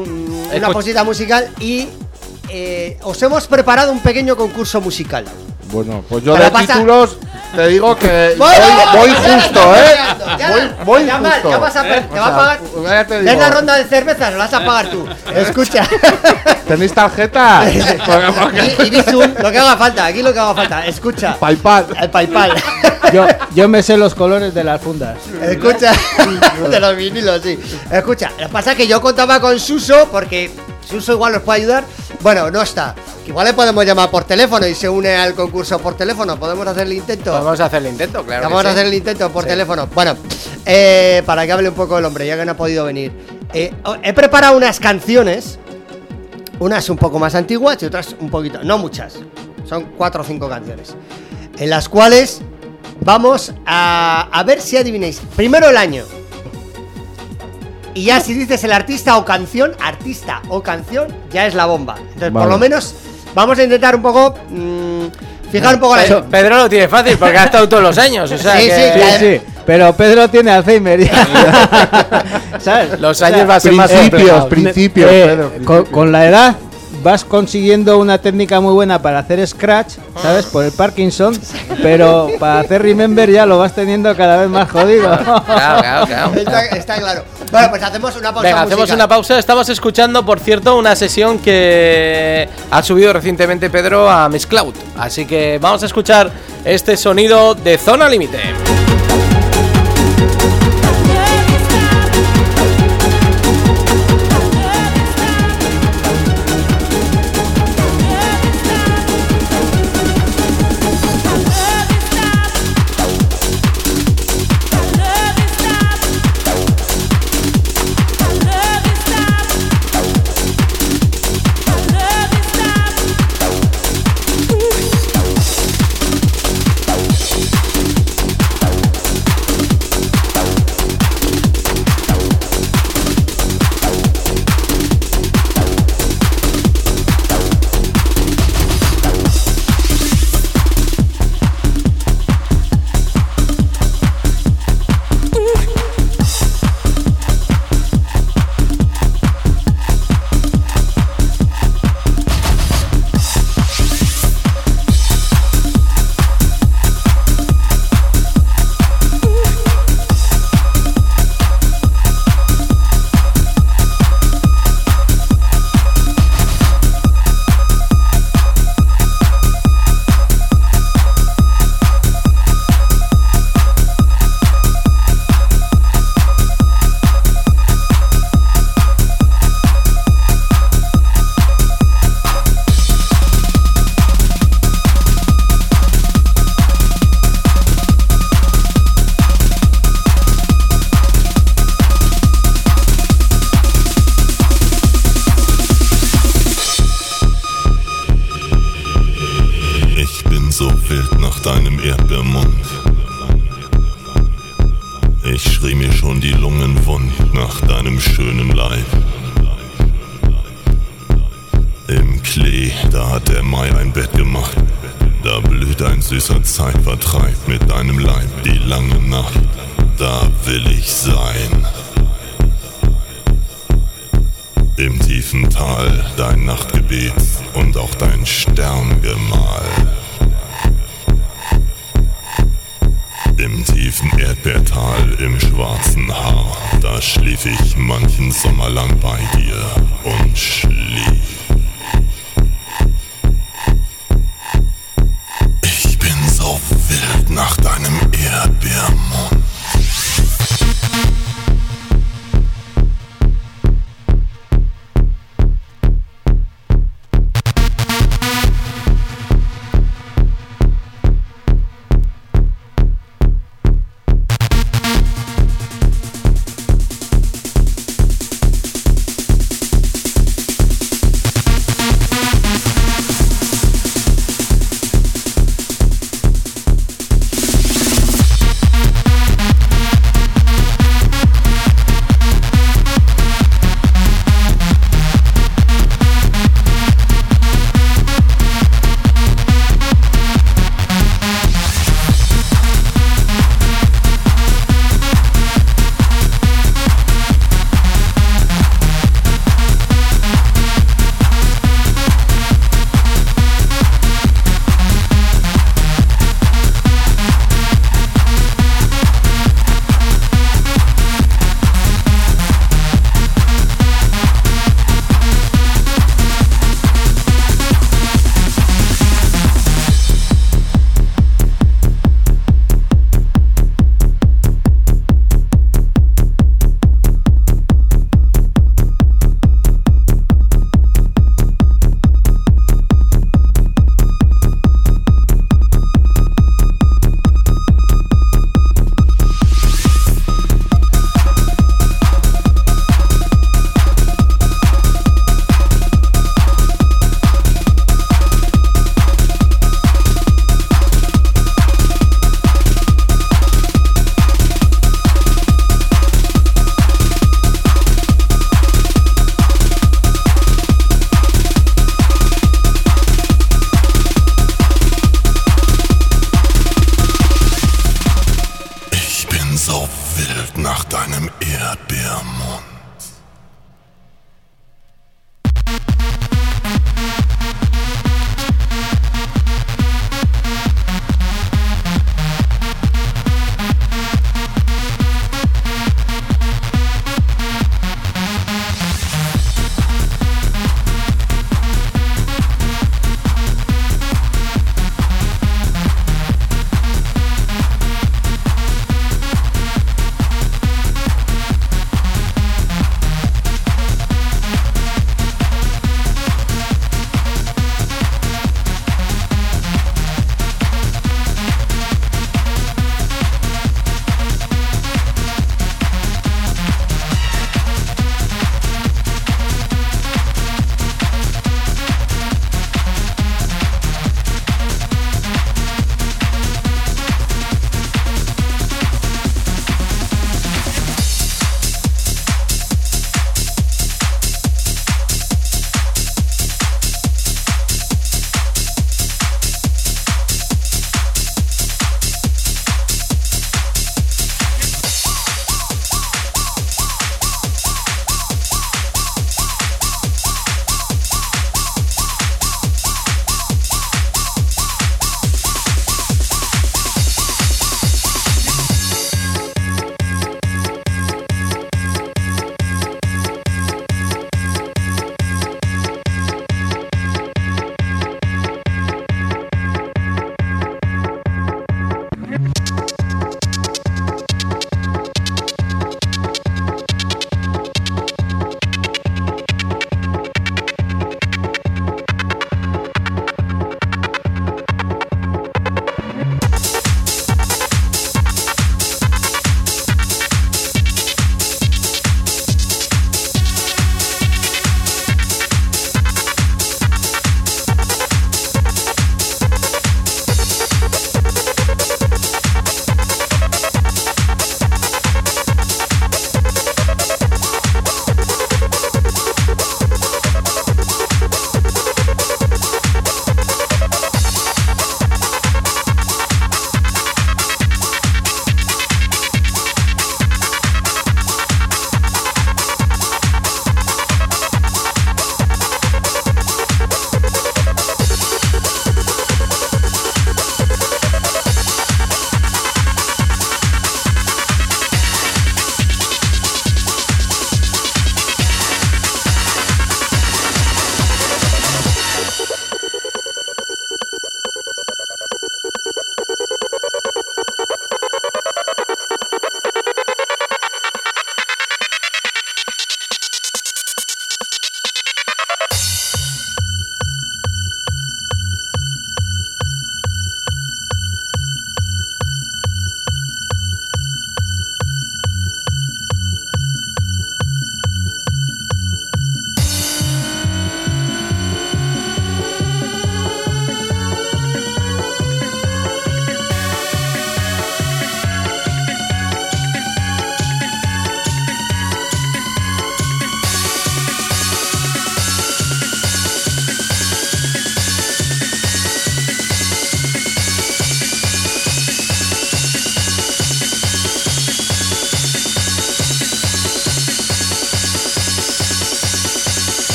una pausita musical y os hemos preparado un pequeño concurso musical. Bueno, pues yo de títulos te digo que voy justo, Voy justo. ¿Qué vas a pagar? ¿Te va a pagar? ¿Es la ronda de cervezas? ¿Lo vas a pagar tú? Escucha. ¿Tenéis tarjeta? Y Bizum, lo que haga falta. Aquí lo que haga falta. Escucha. PayPal. El PayPal. Yo me sé los colores de las fundas. Escucha. De los vinilos, sí. Escucha. Lo que pasa es que yo contaba con Suso porque Suso igual nos puede ayudar. Bueno, no está. Igual le podemos llamar por teléfono y se une al concurso por teléfono. ¿Podemos hacer el intento? Vamos a hacer el intento, claro. Vamos a hacer el intento por teléfono. Bueno, para que hable un poco el hombre, ya que no ha podido venir. He preparado unas canciones. Unas un poco más antiguas y otras un poquito. No muchas. Son 4 o 5 canciones. En las cuales vamos a ver si adivináis. Primero el año. Y ya si dices el artista o canción, ya es la bomba. Entonces, por lo menos, vamos a intentar un poco fijar un poco la... Pedro lo tiene fácil porque ha estado todos los años. O sea sí. Pero Pedro tiene Alzheimer ya. ¿Sabes? Los años va a ser más principios, Pedro. Con la edad vas consiguiendo una técnica muy buena para hacer scratch, ¿sabes? Por el Parkinson, pero para hacer remember ya lo vas teniendo cada vez más jodido. Claro. Está claro. Bueno, pues hacemos una pausa. Venga, hacemos una pausa. Estamos escuchando, por cierto, una sesión que ha subido recientemente Pedro a Mixcloud. Así que vamos a escuchar este sonido de Zona Límite. Süßer Zeitvertreib mit deinem Leib die lange Nacht, da will ich sein. Im tiefen Tal dein Nachtgebet und auch dein Sterngemahl. Im tiefen Erdbeertal im schwarzen Haar, da schlief ich manchen Sommer lang bei dir und schlief. Nach deinem Erdbeermund.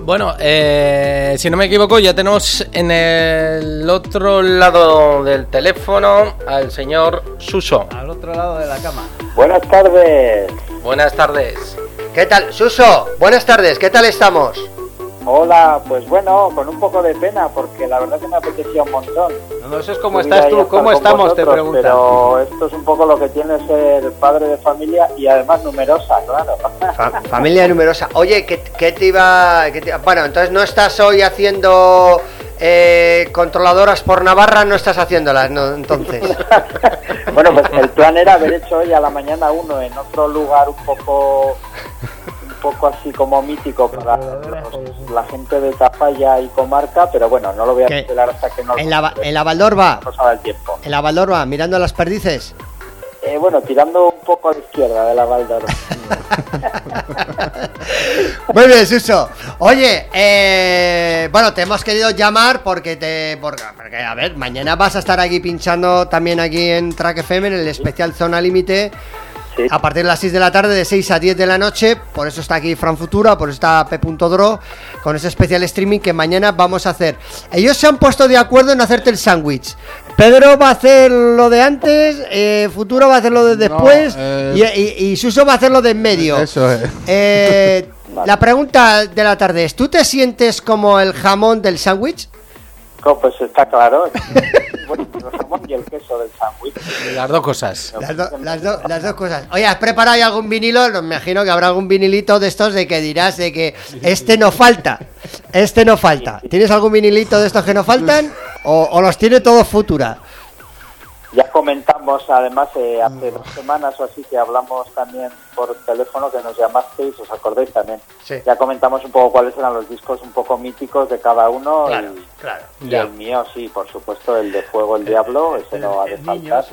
Bueno, si no me equivoco, ya tenemos en el otro lado del teléfono al señor Suso. Al otro lado de la cama. Buenas tardes. Buenas tardes. ¿Qué tal, Suso? Buenas tardes, ¿qué tal estamos? Hola, pues bueno, con un poco de pena, porque la verdad que me apetecía un montón. No sé cómo estás tú, ¿cómo estamos? Te preguntan. Pero esto es un poco lo que tiene ser padre de familia y además numerosa, claro. Familia numerosa. Oye, ¿qué te iba...? Bueno, entonces no estás hoy haciendo controladoras por Navarra, no estás haciéndolas, ¿no? Entonces. Bueno, pues el plan era haber hecho hoy a la mañana uno en otro lugar un poco así como mítico para la gente de Tafalla y comarca, pero bueno, no lo voy a desvelar hasta que no... ¿En la Valdorba? No sabe el tiempo. ¿En la Valdorba, mirando las perdices? Bueno, tirando un poco a la izquierda de la Valdorba. Muy bien, Suso. Oye, bueno, te hemos querido llamar porque, a ver, mañana vas a estar aquí pinchando también aquí en Track FM, en el especial Zona Límite. Sí. A partir de las 6 de la tarde, de 6 a 10 de la noche. Por eso está aquí Fran Futura, por eso está P.Dro con ese especial streaming que mañana vamos a hacer. Ellos se han puesto de acuerdo en hacerte el sándwich. Pedro va a hacer lo de antes, Futuro va a hacer lo de después, y Suso va a hacer lo de en medio. Eso es. La pregunta de la tarde es, ¿tú te sientes como el jamón del sándwich? Pues está claro. Bueno, el jamón y el queso del sándwich. Las dos cosas. Las dos cosas. Oye, ¿has preparado ya algún vinilo? Me imagino que habrá algún vinilito de estos de que dirás de que este no falta. ¿Tienes algún vinilito de estos que no faltan? ¿O los tiene todos Futura? Ya comentamos, además, hace 2 semanas o así que hablamos también por teléfono, que nos llamasteis, ¿os acordáis también? Sí. Ya comentamos un poco cuáles eran los discos un poco míticos de cada uno. Claro. Y el mío, sí, por supuesto, el de Fuego, el Diablo, ese no ha de faltar.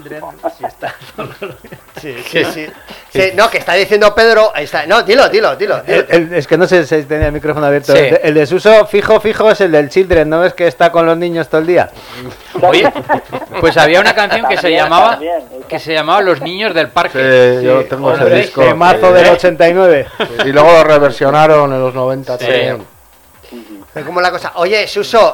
Sí, no, que está diciendo Pedro. No, dilo. Es que no sé si tenía el micrófono abierto. Sí. El de Suso, fijo, es el del Children. ¿No ves que está con los niños todo el día? Oye, pues había una canción que se llamaba Los Niños del Parque. Sí, yo tengo ese disco. De marzo del 89. Y luego lo reversionaron en los 90 también. ¿Cómo la cosa? Oye, Suso,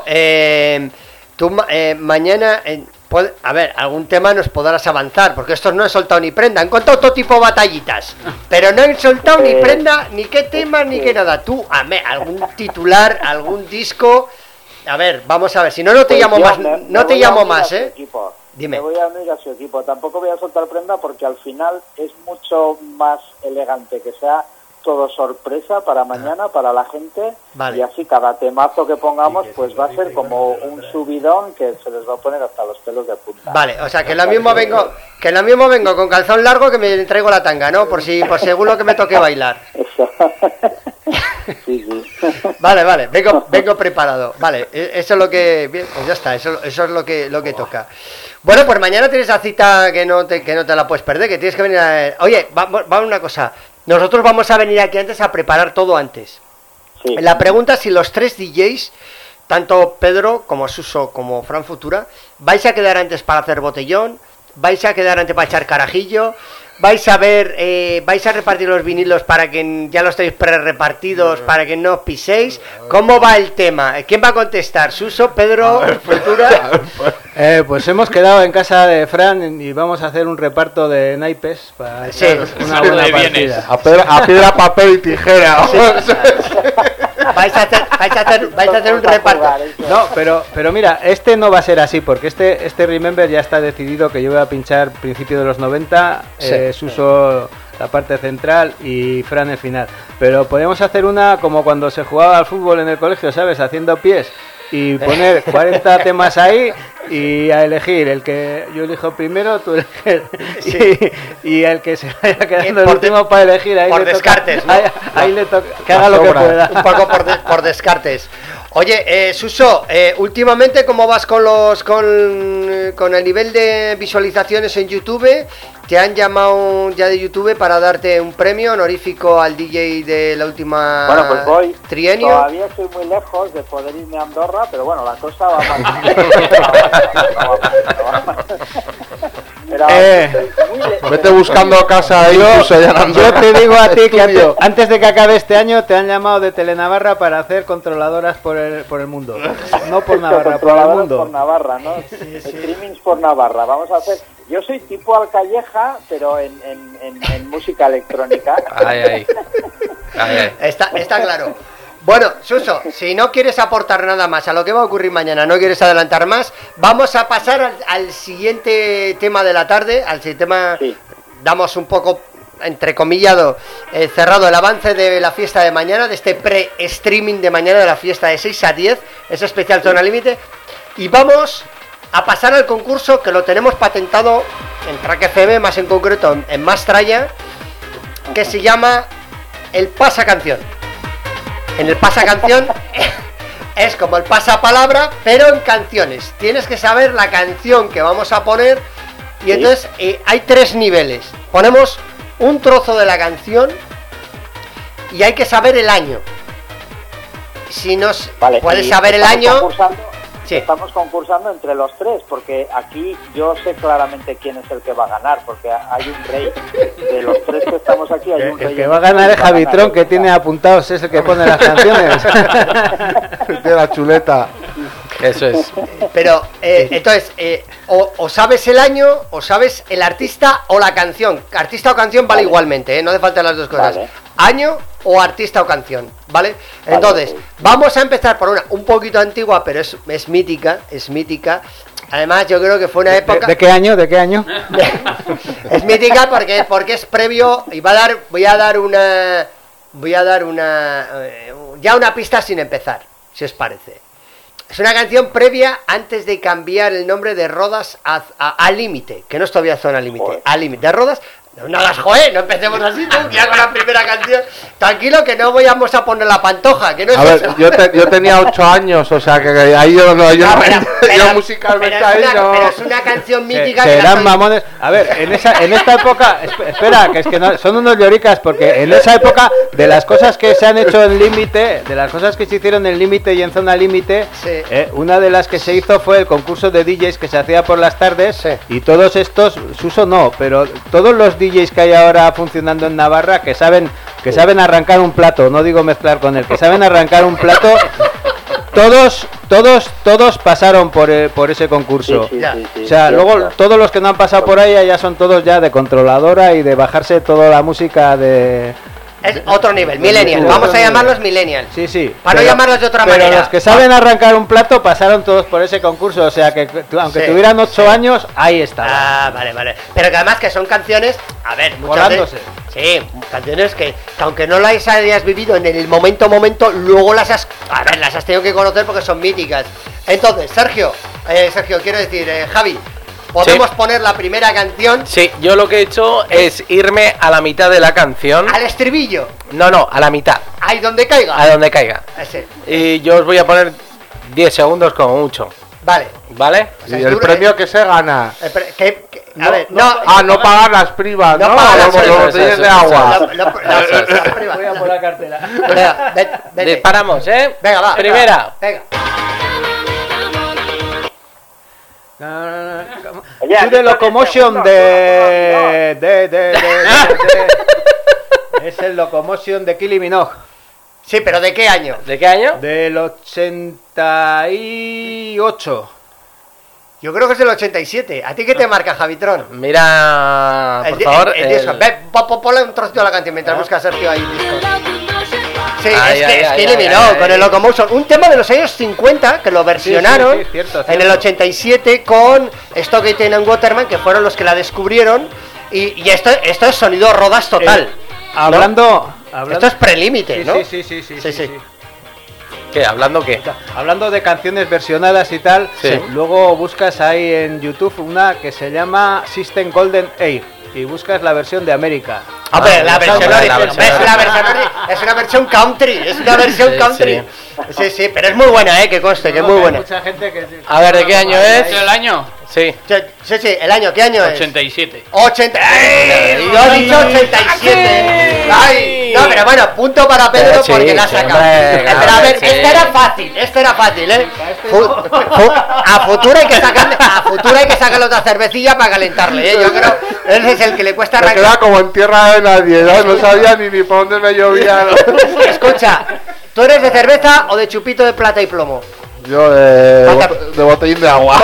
tú mañana... a ver, algún tema nos podrás avanzar, porque estos no han soltado ni prenda, han contado todo tipo de batallitas, pero no han soltado ni prenda, ni qué tema, ni qué nada. Tú, algún titular, algún disco... A ver, vamos a ver, si no te llamo más, no te llamo más, Dime. Me voy a unir a su equipo, tampoco voy a soltar prenda porque al final es mucho más elegante que sea todo sorpresa para mañana, para la gente, vale. Y así cada temazo que pongamos pues va a ser como un subidón que se les va a poner hasta los pelos de punta. Vale, o sea que lo mismo vengo con calzón largo que me traigo la tanga, ¿no? Por según lo que me toque bailar. Eso. Sí. Vale, vengo preparado. Vale, eso es lo que... Bien, pues ya está, eso es lo que toca. Bueno, pues mañana tienes la cita que no te la puedes perder, que tienes que venir a... Oye, va una cosa. Nosotros vamos a venir aquí antes a preparar todo antes. Sí. La pregunta es si los 3 DJs, tanto Pedro como Suso como Fran Futura, vais a quedar antes para hacer botellón, vais a quedar antes para echar carajillo, vais a repartir los vinilos para que ya los tenéis pre-repartidos, para que no os piséis. ¿Cómo va el tema? ¿Quién va a contestar? ¿Suso, Pedro, Futura? Pues hemos quedado en casa de Fran y vamos a hacer un reparto de naipes para echar una buena partida. A piedra, papel y tijera. Vais a hacer un reparto. No, pero mira, este no va a ser así, porque este Remember ya está decidido que yo voy a pinchar principio de los 90, Suso la parte central y Fran el final. Pero podemos hacer una como cuando se jugaba al fútbol en el colegio, ¿sabes? Haciendo pies y poner 40 temas ahí y a elegir el que yo elijo primero, tú eliges, y el que se vaya quedando el último para elegir ahí por descartes, ¿no? Ahí le toca que haga lo que pueda. Un poco por descartes. Oye, Suso, últimamente ¿cómo vas con el nivel de visualizaciones en YouTube? Te han llamado ya de YouTube para darte un premio honorífico al DJ de la última pues voy. trienio. Todavía estoy muy lejos de poder irme a Andorra, pero bueno, la cosa va más. Vete buscando casa ahí. Yo te digo a ti que antes de que acabe este año te han llamado de Telenavarra para hacer controladoras por el mundo. No por Navarra, por el mundo. Por Navarra, ¿no? Sí. Streamings por Navarra. Vamos a hacer... Yo soy tipo Alcalleja, pero en música electrónica. Ay. Está claro. Bueno, Suso, si no quieres aportar nada más a lo que va a ocurrir mañana, no quieres adelantar más, vamos a pasar al siguiente tema de la tarde, al tema, sí. Damos un poco, entrecomillado, cerrado el avance de la fiesta de mañana, de este pre-streaming de mañana de la fiesta de 6 a 10, ese especial Zona Límite, y vamos a pasar al concurso que lo tenemos patentado en Track FM, más en concreto en Mastraya, que se llama el Pasa Canción. En el pasacanción es como el pasapalabra, pero en canciones. Tienes que saber la canción que vamos a poner y entonces hay 3 niveles. Ponemos un trozo de la canción y hay que saber el año. Si nos puedes saber el año... Sí. Estamos concursando entre los 3, porque aquí yo sé claramente quién es el que va a ganar, porque hay un rey. De los 3 que estamos aquí hay un rey. El que va a ganar es Javitron, que tiene apuntados, es el que pone las canciones. De la chuleta. Eso es. Pero, entonces, o sabes el año, o sabes el artista o la canción. Artista o canción vale igualmente, no hace falta las dos cosas. Año o artista o canción, ¿vale? Entonces, vamos a empezar por una un poquito antigua, pero es mítica, es mítica. Además, yo creo que fue una época... ¿De qué año? ¿De qué año? Es mítica porque es previo y voy a dar una ya una pista sin empezar, si os parece. Es una canción previa antes de cambiar el nombre de Rodas a Límite, que no es todavía Zona Límite, a Límite. De Rodas... No hagas joder, no empecemos así, tú, ya con la primera canción. Tranquilo, que no vamos a poner la pantoja, que no es a ver, eso. yo tenía 8 años, o sea que ahí yo musicalmente pero es una canción mítica. Serán mamones. A ver, en esta época, espera, que es que no, son unos lloricas, porque en esa época, de las cosas que se han hecho en Límite, de las cosas que se hicieron en Límite y en Zona Límite, una de las que se hizo fue el concurso de DJs que se hacía por las tardes, y todos estos, Suso no, pero todos los DJs que hay ahora funcionando en Navarra que saben arrancar un plato, no digo mezclar con él, que saben arrancar un plato, todos pasaron por ese concurso. O sea, luego todos los que no han pasado por ahí ya son todos ya de controladora y de bajarse toda la música de... Es otro nivel, millennial. Vamos a llamarlos millennial. Sí. Para no llamarlos de otra manera. Pero los que saben arrancar un plato pasaron todos por ese concurso. O sea que aunque tuvieran 8 años, ahí estaban. Ah, vale. Pero que además que son canciones, a ver, volándose. Sí, canciones que aunque no las hayas vivido en el momento, luego las has tenido que conocer porque son míticas. Entonces, Sergio, quiero decir, Javi, ¿podemos poner la primera canción? Sí, yo lo que he hecho es irme a la mitad de la canción. ¿Al estribillo? No, a la mitad. Ahí donde caiga. A donde caiga. Ese. Y yo os voy a poner 10 segundos como mucho. Vale. O sea, y el premio que se gana. No pagar las primas, ¿no? Pagar los botellas de agua. Voy a por la cartera. Vete. Disparamos, ¿eh? Venga, va. Primera. Venga. To the Locomotion es el Locomotion de Kylie Minogue. Sí, pero ¿de qué año? Del 88. Yo creo que es del 87. ¿A ti qué te marca, Javitron? Mira, por favor. Ponle un trocito de la canción mientras busca Sergio ahí discos. Sí, es Kylie Minogue con el Locomotion. Un tema de los años 50 que lo versionaron cierto. En el 87 con Stockton and Waterman, que fueron los que la descubrieron. Y esto es sonido Rodas total. Hablando... Esto es prelímite, ¿no? Sí. ¿Qué? ¿Hablando qué? Hablando de canciones versionadas y tal, luego buscas ahí en YouTube una que se llama System Golden Air y buscas la versión de América. Hombre, la versión es una versión country, Sí, pero es muy buena, que conste, que es muy buena. Mucha gente que... A ver, ¿de qué año es? ¿El año? Sí, el año, ¿qué año es? 87. 80. Yo he dicho 87. ¡Ay! No, pero bueno, punto para Pedro porque la ha sacado. Pero a ver, este era fácil, ¿eh? A futuro hay que sacarle otra cervecilla para calentarle, ¿eh? Yo creo ese es el que le cuesta arrancar. Queda como en tierra de nadie, no sabía ni por dónde me llovía. Escucha, ¿tú eres de cerveza o de chupito de plata y plomo? Yo de botellín de agua.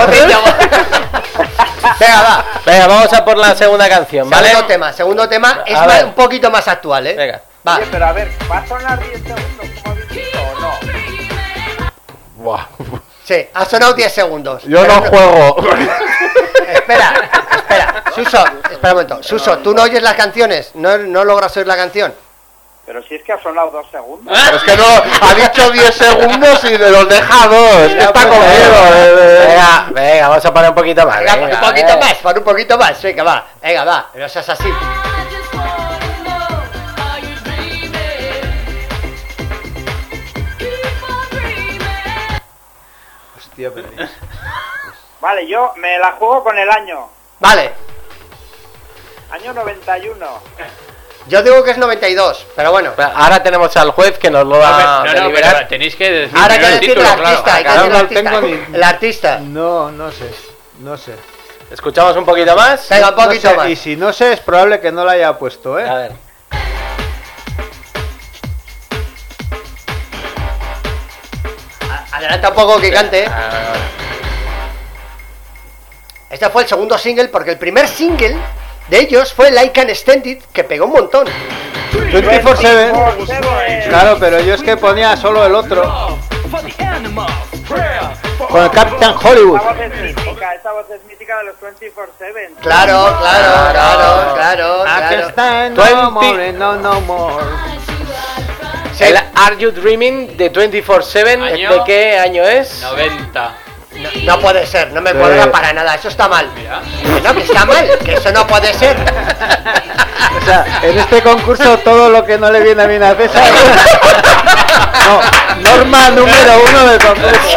Venga, vamos a por la segunda canción, ¿vale? Segundo tema es un poquito más actual, ¿eh? Venga. Va. Oye, pero a ver, ¿va a sonar 10 segundos como habéis dicho o no? Buah. Sí, ha sonado 10 segundos. Yo no juego. Espera. Suso, espera un momento. Suso, ¿tú no oyes las canciones? ¿No logras oír la canción? Pero si es que ha sonado 2 segundos. Es que no, ha dicho 10 segundos y de los deja 2. Es que está conmigo. Venga, vamos a poner un poquito más. Venga, un poquito más. Venga, va. Pero eso es así. Hostia, perdí. Vale, yo me la juego con el año. Vale. Año 91. Yo digo que es 92, pero bueno. Ahora tenemos al juez que nos lo va a deliberar. Pero tenéis que decir ahora hay que decir el artista, claro. El artista. No sé. ¿Escuchamos un poquito más? Venga, un poquito más. Y si no sé, es probable que no la haya puesto, ¿eh? A ver. Adelanta un poco que cante. Este fue el segundo single porque el primer single de ellos fue Like an Extended, que pegó un montón. 24/7. Claro, pero yo es que ponía solo el otro. Con el Captain Hollywood. Esta voz es mítica de los 24/7. Claro. No more. El Are You Dreaming de 24/7, ¿de qué año es? 90. No puede ser, no me cuadra para nada, eso está mal. No, que está mal, que eso no puede ser. O sea, en este concurso todo lo que no le viene bien a César. No, norma número 1 del concurso.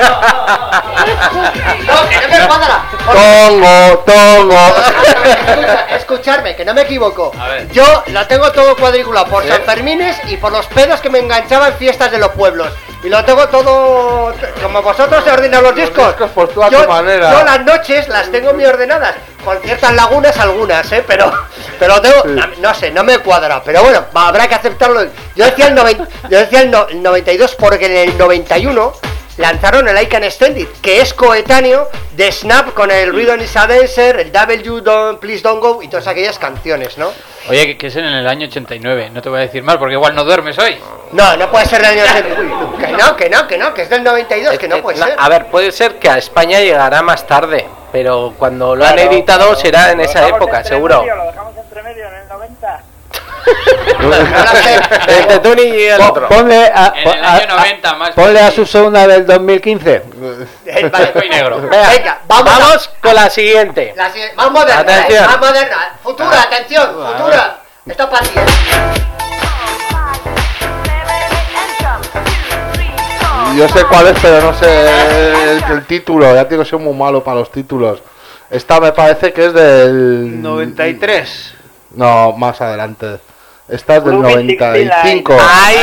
No, que no me cuadra. Tongo. Escucharme, que no me equivoco. A ver. Yo lo tengo todo cuadriculado por San Fermines y por los pedos que me enganchaban en fiestas de los pueblos. Y lo tengo todo como vosotros se ordenan los discos. Pues tú a tu manera. Yo las noches las tengo muy ordenadas, con ciertas lagunas algunas, pero tengo, no sé, no me cuadra, pero bueno, habrá que aceptarlo. Yo decía el 92 porque en el 91 lanzaron el Like an Extended, que es coetáneo de Snap con el Rhythm is a Dancer, el Please Don't Go y todas aquellas canciones, ¿no? Oye, que es en el año 89, no te voy a decir mal porque igual no duermes hoy. No puede ser del año 89. Que es del 92, que no puede ser. A ver, puede ser que a España llegará más tarde, pero cuando lo han editado será en esa época, seguro. Lo dejamos entre medio en el 90. Entre Tony y el otro. Ponle En el año 90 más. Ponle a su segunda del 2015. Vale, y negro. Venga, vamos con la siguiente. Más moderna, atención. más moderna. Futura, atención, futura. Esto es para ti. Yo sé cuál es, pero no sé el título. Ya tengo que ser muy malo para los títulos. Esta me parece que es del 93. No, más adelante. Esta es del 95. ¡Ay!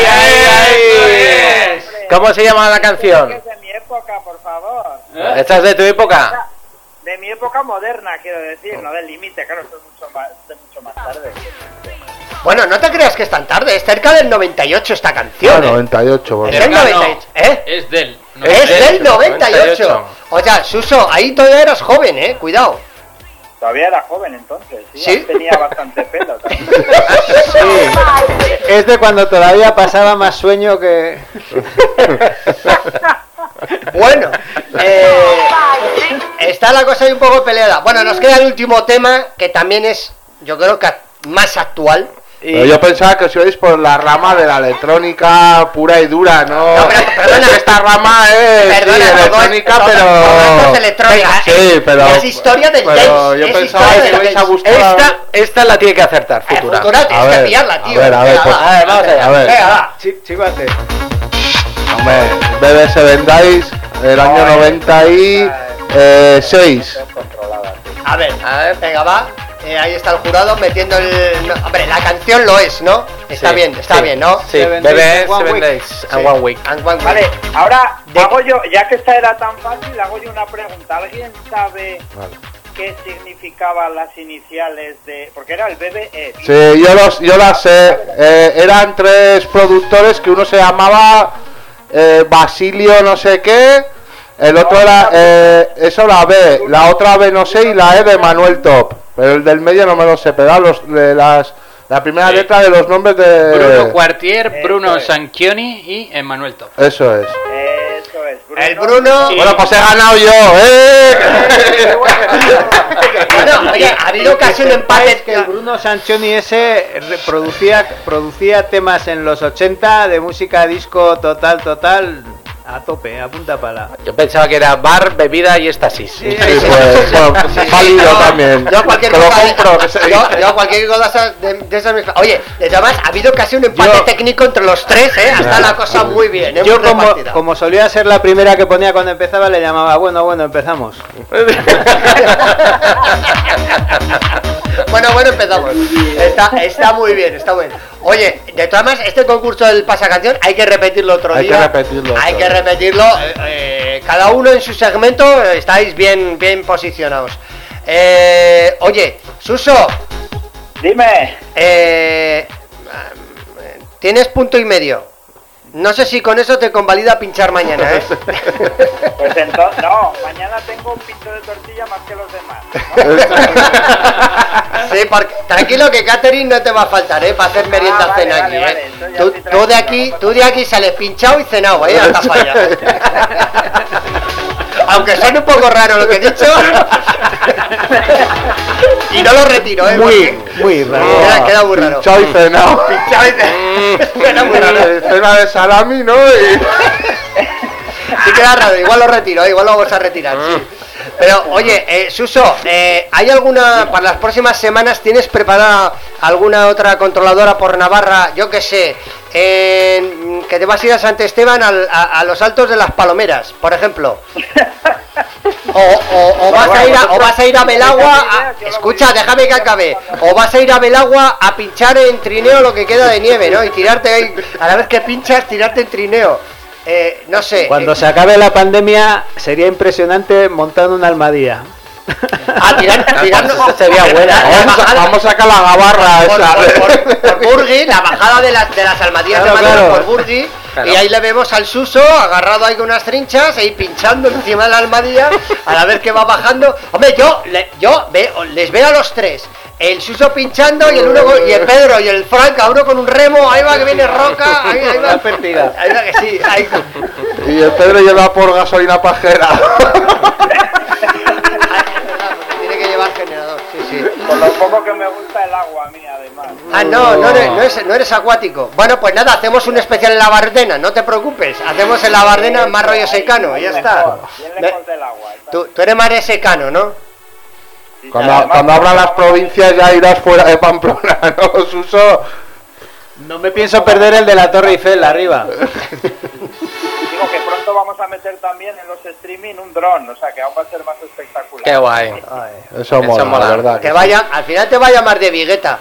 ¿Cómo se llama la canción? Es de mi época, por favor. ¿Esta es de tu época? De mi época moderna, quiero decir, no del límite, claro, esto es mucho más tarde. Bueno, no te creas que es tan tarde, es cerca del 98 esta canción. 98, Es del 98, ¿eh? Es del. Es del 98. O sea, Suso, ahí todavía eras joven, cuidado. Todavía era joven entonces, ¿Sí? Tenía bastante pelo también. Sí, es de cuando todavía pasaba más sueño que... Bueno, está la cosa ahí un poco peleada. Bueno, nos queda el último tema, que también es, yo creo que más actual. Pero yo pensaba que os ibais por la rama de la electrónica pura y dura, ¿no? No, pero perdona, esta rama es electrónica, pero... es electrónica, sí, pero... Es historia del dance. Yo pensaba que ibais a buscar... Esta la tiene que acertar, Futura. Futura tienes que pillarla, tío. A ver, pues, vamos allá. Venga, va. Chíbate. Hombre, BBC vendáis el año 96. A ver, venga, va. ahí está el jurado metiendo el... No, hombre, la canción lo es, ¿no? Está bien, ¿no? Sí, Bebé, 7 Days and One Week. Vale, ahora hago yo, ya que esta era tan fácil, hago yo una pregunta. ¿Alguien sabe qué significaban las iniciales de...? Porque era el BBE. Sí, yo las sé. Eran 3 productores, que uno se llamaba Basilio no sé qué, el otro era... eso la B, la otra B no sé, y la E de Manuel Top. Pero el del medio no me lo sé, pero la primera letra de los nombres de... Bruno Quartier, Bruno Sanchioni y Emmanuel Top. Eso es. Eso es. Bruno. El Bruno... Sí. Bueno, pues he ganado yo, Bueno, oye, ha habido casi un empate. Que el Bruno Sanchioni ese producía temas en los 80 de música disco total, a tope, a punta pala. Yo pensaba que era bar, bebida y éxtasis. Sí, pues válido también. Yo cualquier cosa de esas... Oye, de todas maneras, ha habido casi un empate técnico entre los 3, ¿eh? Está la cosa muy bien, Yo como solía ser la primera que ponía cuando empezaba, le llamaba, bueno, empezamos. Bueno, empezamos. Está muy bien, está muy bien. Oye, de todas maneras, este concurso del pasacanción hay que repetirlo otro día. Hay que repetirlo. Cada uno en su segmento estáis bien posicionados. Oye, Suso. Dime. Tienes 1.5 puntos. No sé si con eso te convalida pinchar mañana, ¿eh? Pues entonces, no, mañana tengo un pincho de tortilla más que los demás, ¿no? Sí, porque, tranquilo que catering no te va a faltar, ¿eh? Para hacer merienda cena aquí, ¿eh? Tú de aquí sales pinchado y cenado, ¿eh? Hasta falla. Aunque suene un poco raro lo que he dicho. Y no lo retiro, ¿eh? Muy raro. Queda muy raro. Pinchado y cenado. Queda muy raro. Cena de salami, ¿no? Sí queda raro, igual lo retiro, igual lo vamos a retirar, sí. Pero, oye, Suso, ¿hay alguna, para las próximas semanas, tienes preparada alguna otra controladora por Navarra, yo qué sé, que te vas a ir a Sant Esteban a los Altos de las Palomeras, por ejemplo? O vas a ir a Belagua, escucha, déjame que acabe, o vas a ir a Belagua a pinchar en trineo lo que queda de nieve, ¿no? Y tirarte ahí, a la vez que pinchas, tirarte en trineo. No sé. Cuando se acabe la pandemia sería impresionante montando una almadía. Tirando sería buena. Vamos a sacar la gabarra por Burgui, la bajada de las almadías de madera por Burgui. Claro. Y ahí le vemos al Suso agarrado ahí con unas trinchas, ahí pinchando encima de la almadía, a la vez que va bajando. Hombre, les veo a los 3. El Suso pinchando y el Pedro y el Frank, a uno con un remo, ahí va que viene Roca, ahí va perdida. Ahí va que sí, ahí. Y el Pedro lleva por gasolina pajera. Tiene que llevar generador, sí. Por lo poco que me gusta el agua a mí, además. No eres acuático. Bueno, pues nada, hacemos un especial en la Bardena, no te preocupes. Hacemos en la Bardena más rollo secano, ya está. Tú eres más de secano, ¿no? Cuando abran las provincias ya irás fuera de Pamplona, ¿no, Suso? No me pienso perder el de la Torre Eiffel arriba. Digo que pronto vamos a meter también en los streaming un dron, o sea que aún va a ser más espectacular. Qué guay. Eso mola, la verdad. Que al final te va a llamar de Vigueta.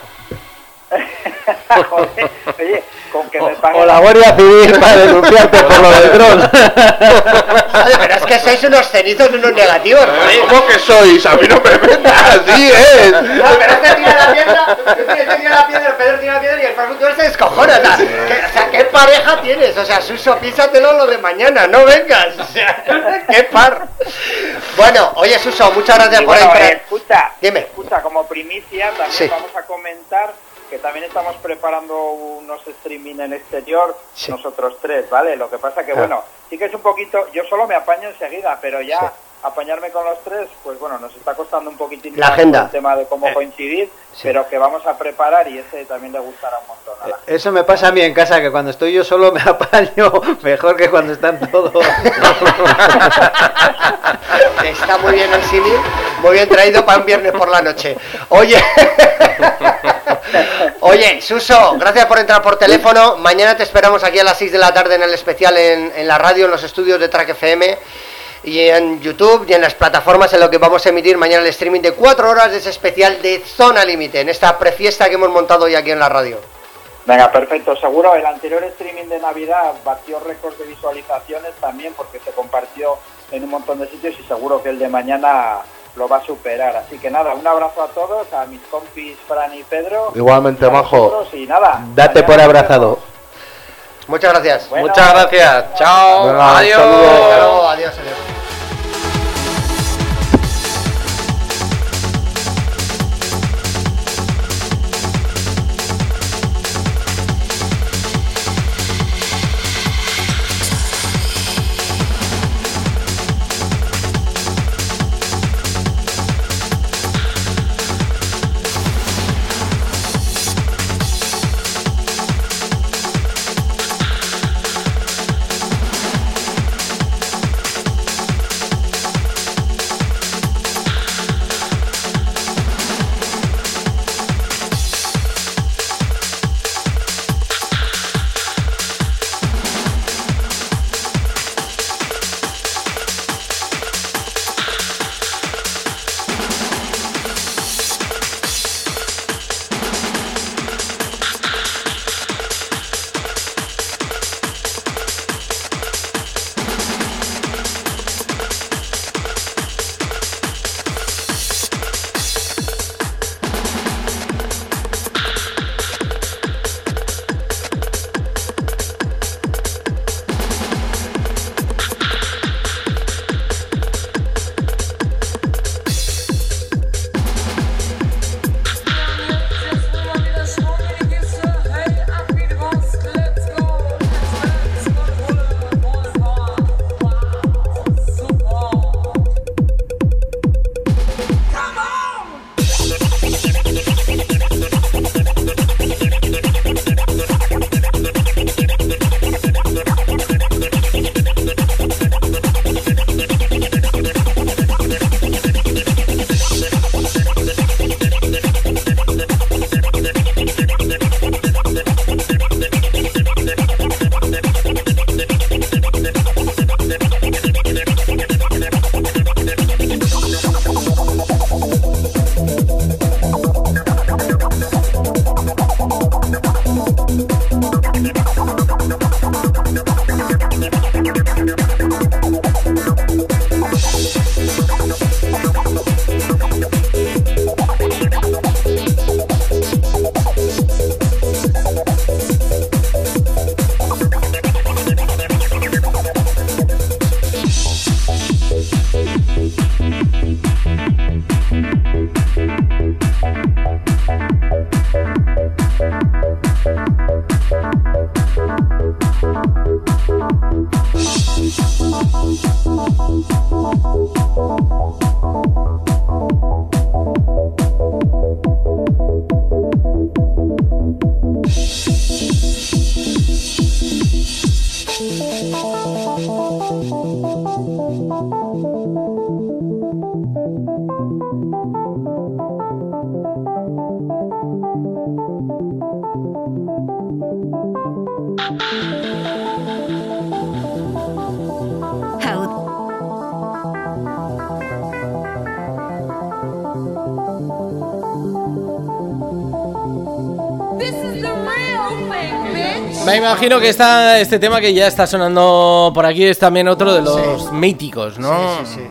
Joder, oye, con que me paguen. O la Guardia Civil para denunciarte por lo del dron. Oye, pero es que sois unos cenizos y unos negativos, ¿no? ¿Cómo que sois? A mí no me metas, así es. No, pero este tira la piedra, el Pedro tira la piedra y el Franco se descojona. O sea, ¿qué pareja tienes? O sea, Suso, písatelo lo de mañana, no vengas. O sea, qué par. Bueno, oye, Suso, muchas gracias por entrar. Escucha, como primicia también vamos a comentar que también estamos preparando unos streaming en exterior, nosotros 3, ¿vale? Lo que pasa que, bueno, sí que es un poquito, yo solo me apaño enseguida, pero ya apañarme con los 3, pues bueno, nos está costando un poquitín la agenda. El tema de cómo coincidir, pero que vamos a preparar y ese también le gustará un montón. Eso me pasa a mí en casa, que cuando estoy yo solo me apaño mejor que cuando están todos. Está muy bien el símil, muy bien traído para un viernes por la noche. Oye, Suso, gracias por entrar por teléfono. Mañana te esperamos aquí a las 6 de la tarde en el especial en la radio, en los estudios de Track FM. y en YouTube y en las plataformas en lo que vamos a emitir mañana el streaming de 4 horas de ese especial de Zona Límite, en esta prefiesta que hemos montado hoy aquí en la radio. Venga, perfecto. Seguro el anterior streaming de Navidad batió récords de visualizaciones también porque se compartió en un montón de sitios y seguro que el de mañana lo va a superar. Así que nada, un abrazo a todos, a mis compis Fran y Pedro. Igualmente, Majo. Y nada, date por abrazado. Muchas gracias. Bueno, muchas gracias. Chao. Bueno, adiós. Adiós. Adiós. Me imagino que este tema que ya está sonando por aquí es también otro de los míticos, ¿no? Sí.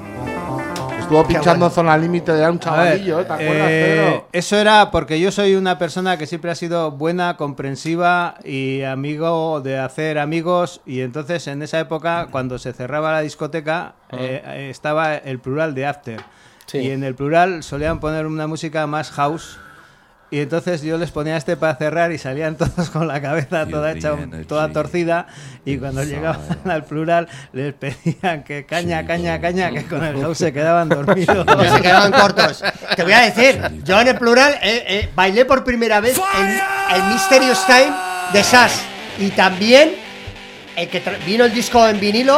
Estuvo pinchando en Zona Límite de un chavalillo, ¿te acuerdas, Pedro? Eso era porque yo soy una persona que siempre ha sido buena, comprensiva y amigo de hacer amigos, y entonces en esa época, cuando se cerraba la discoteca, estaba el plural de After. Sí. Y en el plural solían poner una música más house. Y entonces yo les ponía para cerrar y salían todos con la cabeza toda hecha, toda torcida, y cuando llegaban al plural les pedían que caña, que con el house se quedaban dormidos. Se quedaban cortos. Te voy a decir, yo en el plural bailé por primera vez en el Mysterious Time de Sass, y también el que vino el disco en vinilo,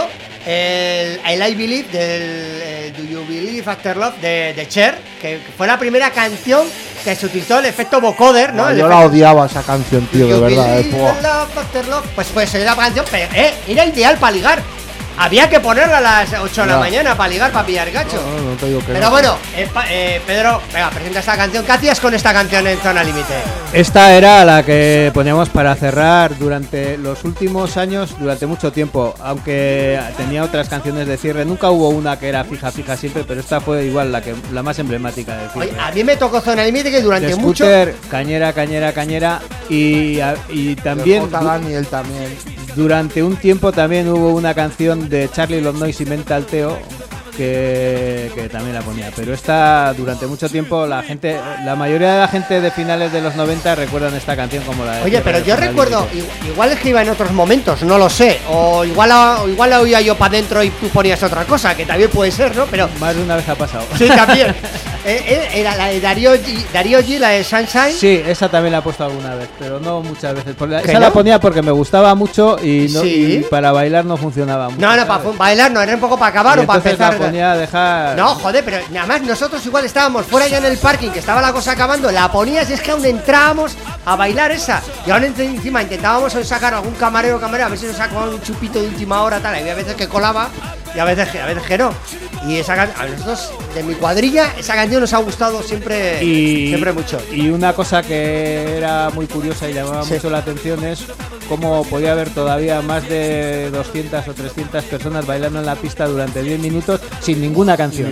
el I Believe del Do You Believe After Love de Cher, que fue la primera canción que se utilizó el efecto vocoder, ¿no? Yo la odiaba esa canción, tío, de verdad. Love, After Love. Pues era la canción, pero era ideal para ligar. había que ponerla a las 8 de la mañana para ligar, para pillar gacho. No te digo que pero bueno, Pedro, venga, presenta esta canción. ¿Qué hacías con esta canción en Zona Límite? Esta era la que poníamos para cerrar durante los últimos años, durante mucho tiempo, aunque tenía otras canciones de cierre. Nunca hubo una que era fija siempre, pero esta fue igual la más emblemática de cierre. Oye, a mí me tocó Zona Límite, que durante de mucho... Scooter, Cañera y también... Daniel también. Durante un tiempo también hubo una canción de Charlie Los Noise y Mental Teo que también la ponía, pero esta durante mucho tiempo la mayoría de la gente de finales de los 90 recuerdan esta canción como la de... Oye, pero yo recuerdo, igual es que iba en otros momentos, no lo sé, o igual la oía yo para adentro y tú ponías otra cosa, que también puede ser, ¿no? Pero más de una vez ha pasado. Sí, también. Era la de Darío G, la de Sunshine. Sí, esa también la he puesto alguna vez, pero no muchas veces. Esa la ponía porque me gustaba mucho y para bailar no funcionaba mucho. No, para bailar no, era un poco para acabar o para empezar. A dejar... No, joder, pero nada más nosotros igual estábamos fuera ya en el parking, que estaba la cosa acabando, la ponías y es que aún entrábamos a bailar esa. Y aún encima intentábamos sacar algún camarero, a ver si nos sacaba un chupito de última hora, tal. Había veces que colaba y a veces que no. Y a nosotros, de mi cuadrilla, esa canción nos ha gustado siempre mucho. Y una cosa que era muy curiosa y llamaba mucho la atención es cómo podía haber todavía más de 200 o 300 personas bailando en la pista durante 10 minutos sin ninguna canción.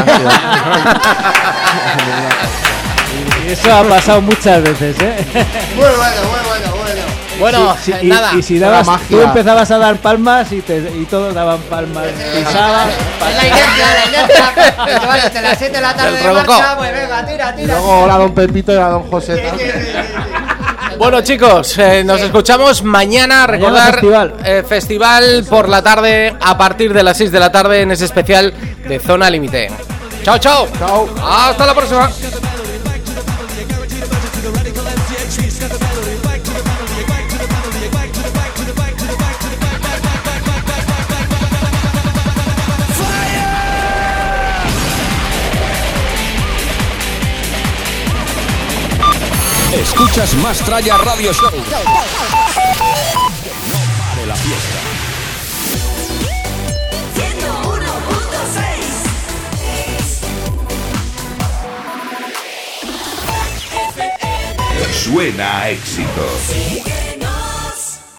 Y eso ha pasado muchas veces, ¿eh? Muy bueno. Bueno, nada. Y si dabas, tú empezabas a dar palmas y todos daban palmas. Pisaban. Es la inercia. Vale, te las 7 de la tarde de marcha, pues venga, tira. Y luego a don Pepito y a don José. Bueno, chicos, nos escuchamos mañana. Recordar festival por la tarde a partir de las 6 de la tarde en ese especial de Zona Límite. Chao. Hasta la próxima. Escuchas Más Tralla Radio Show. Que no pare la fiesta. 101.6 Suena a éxito.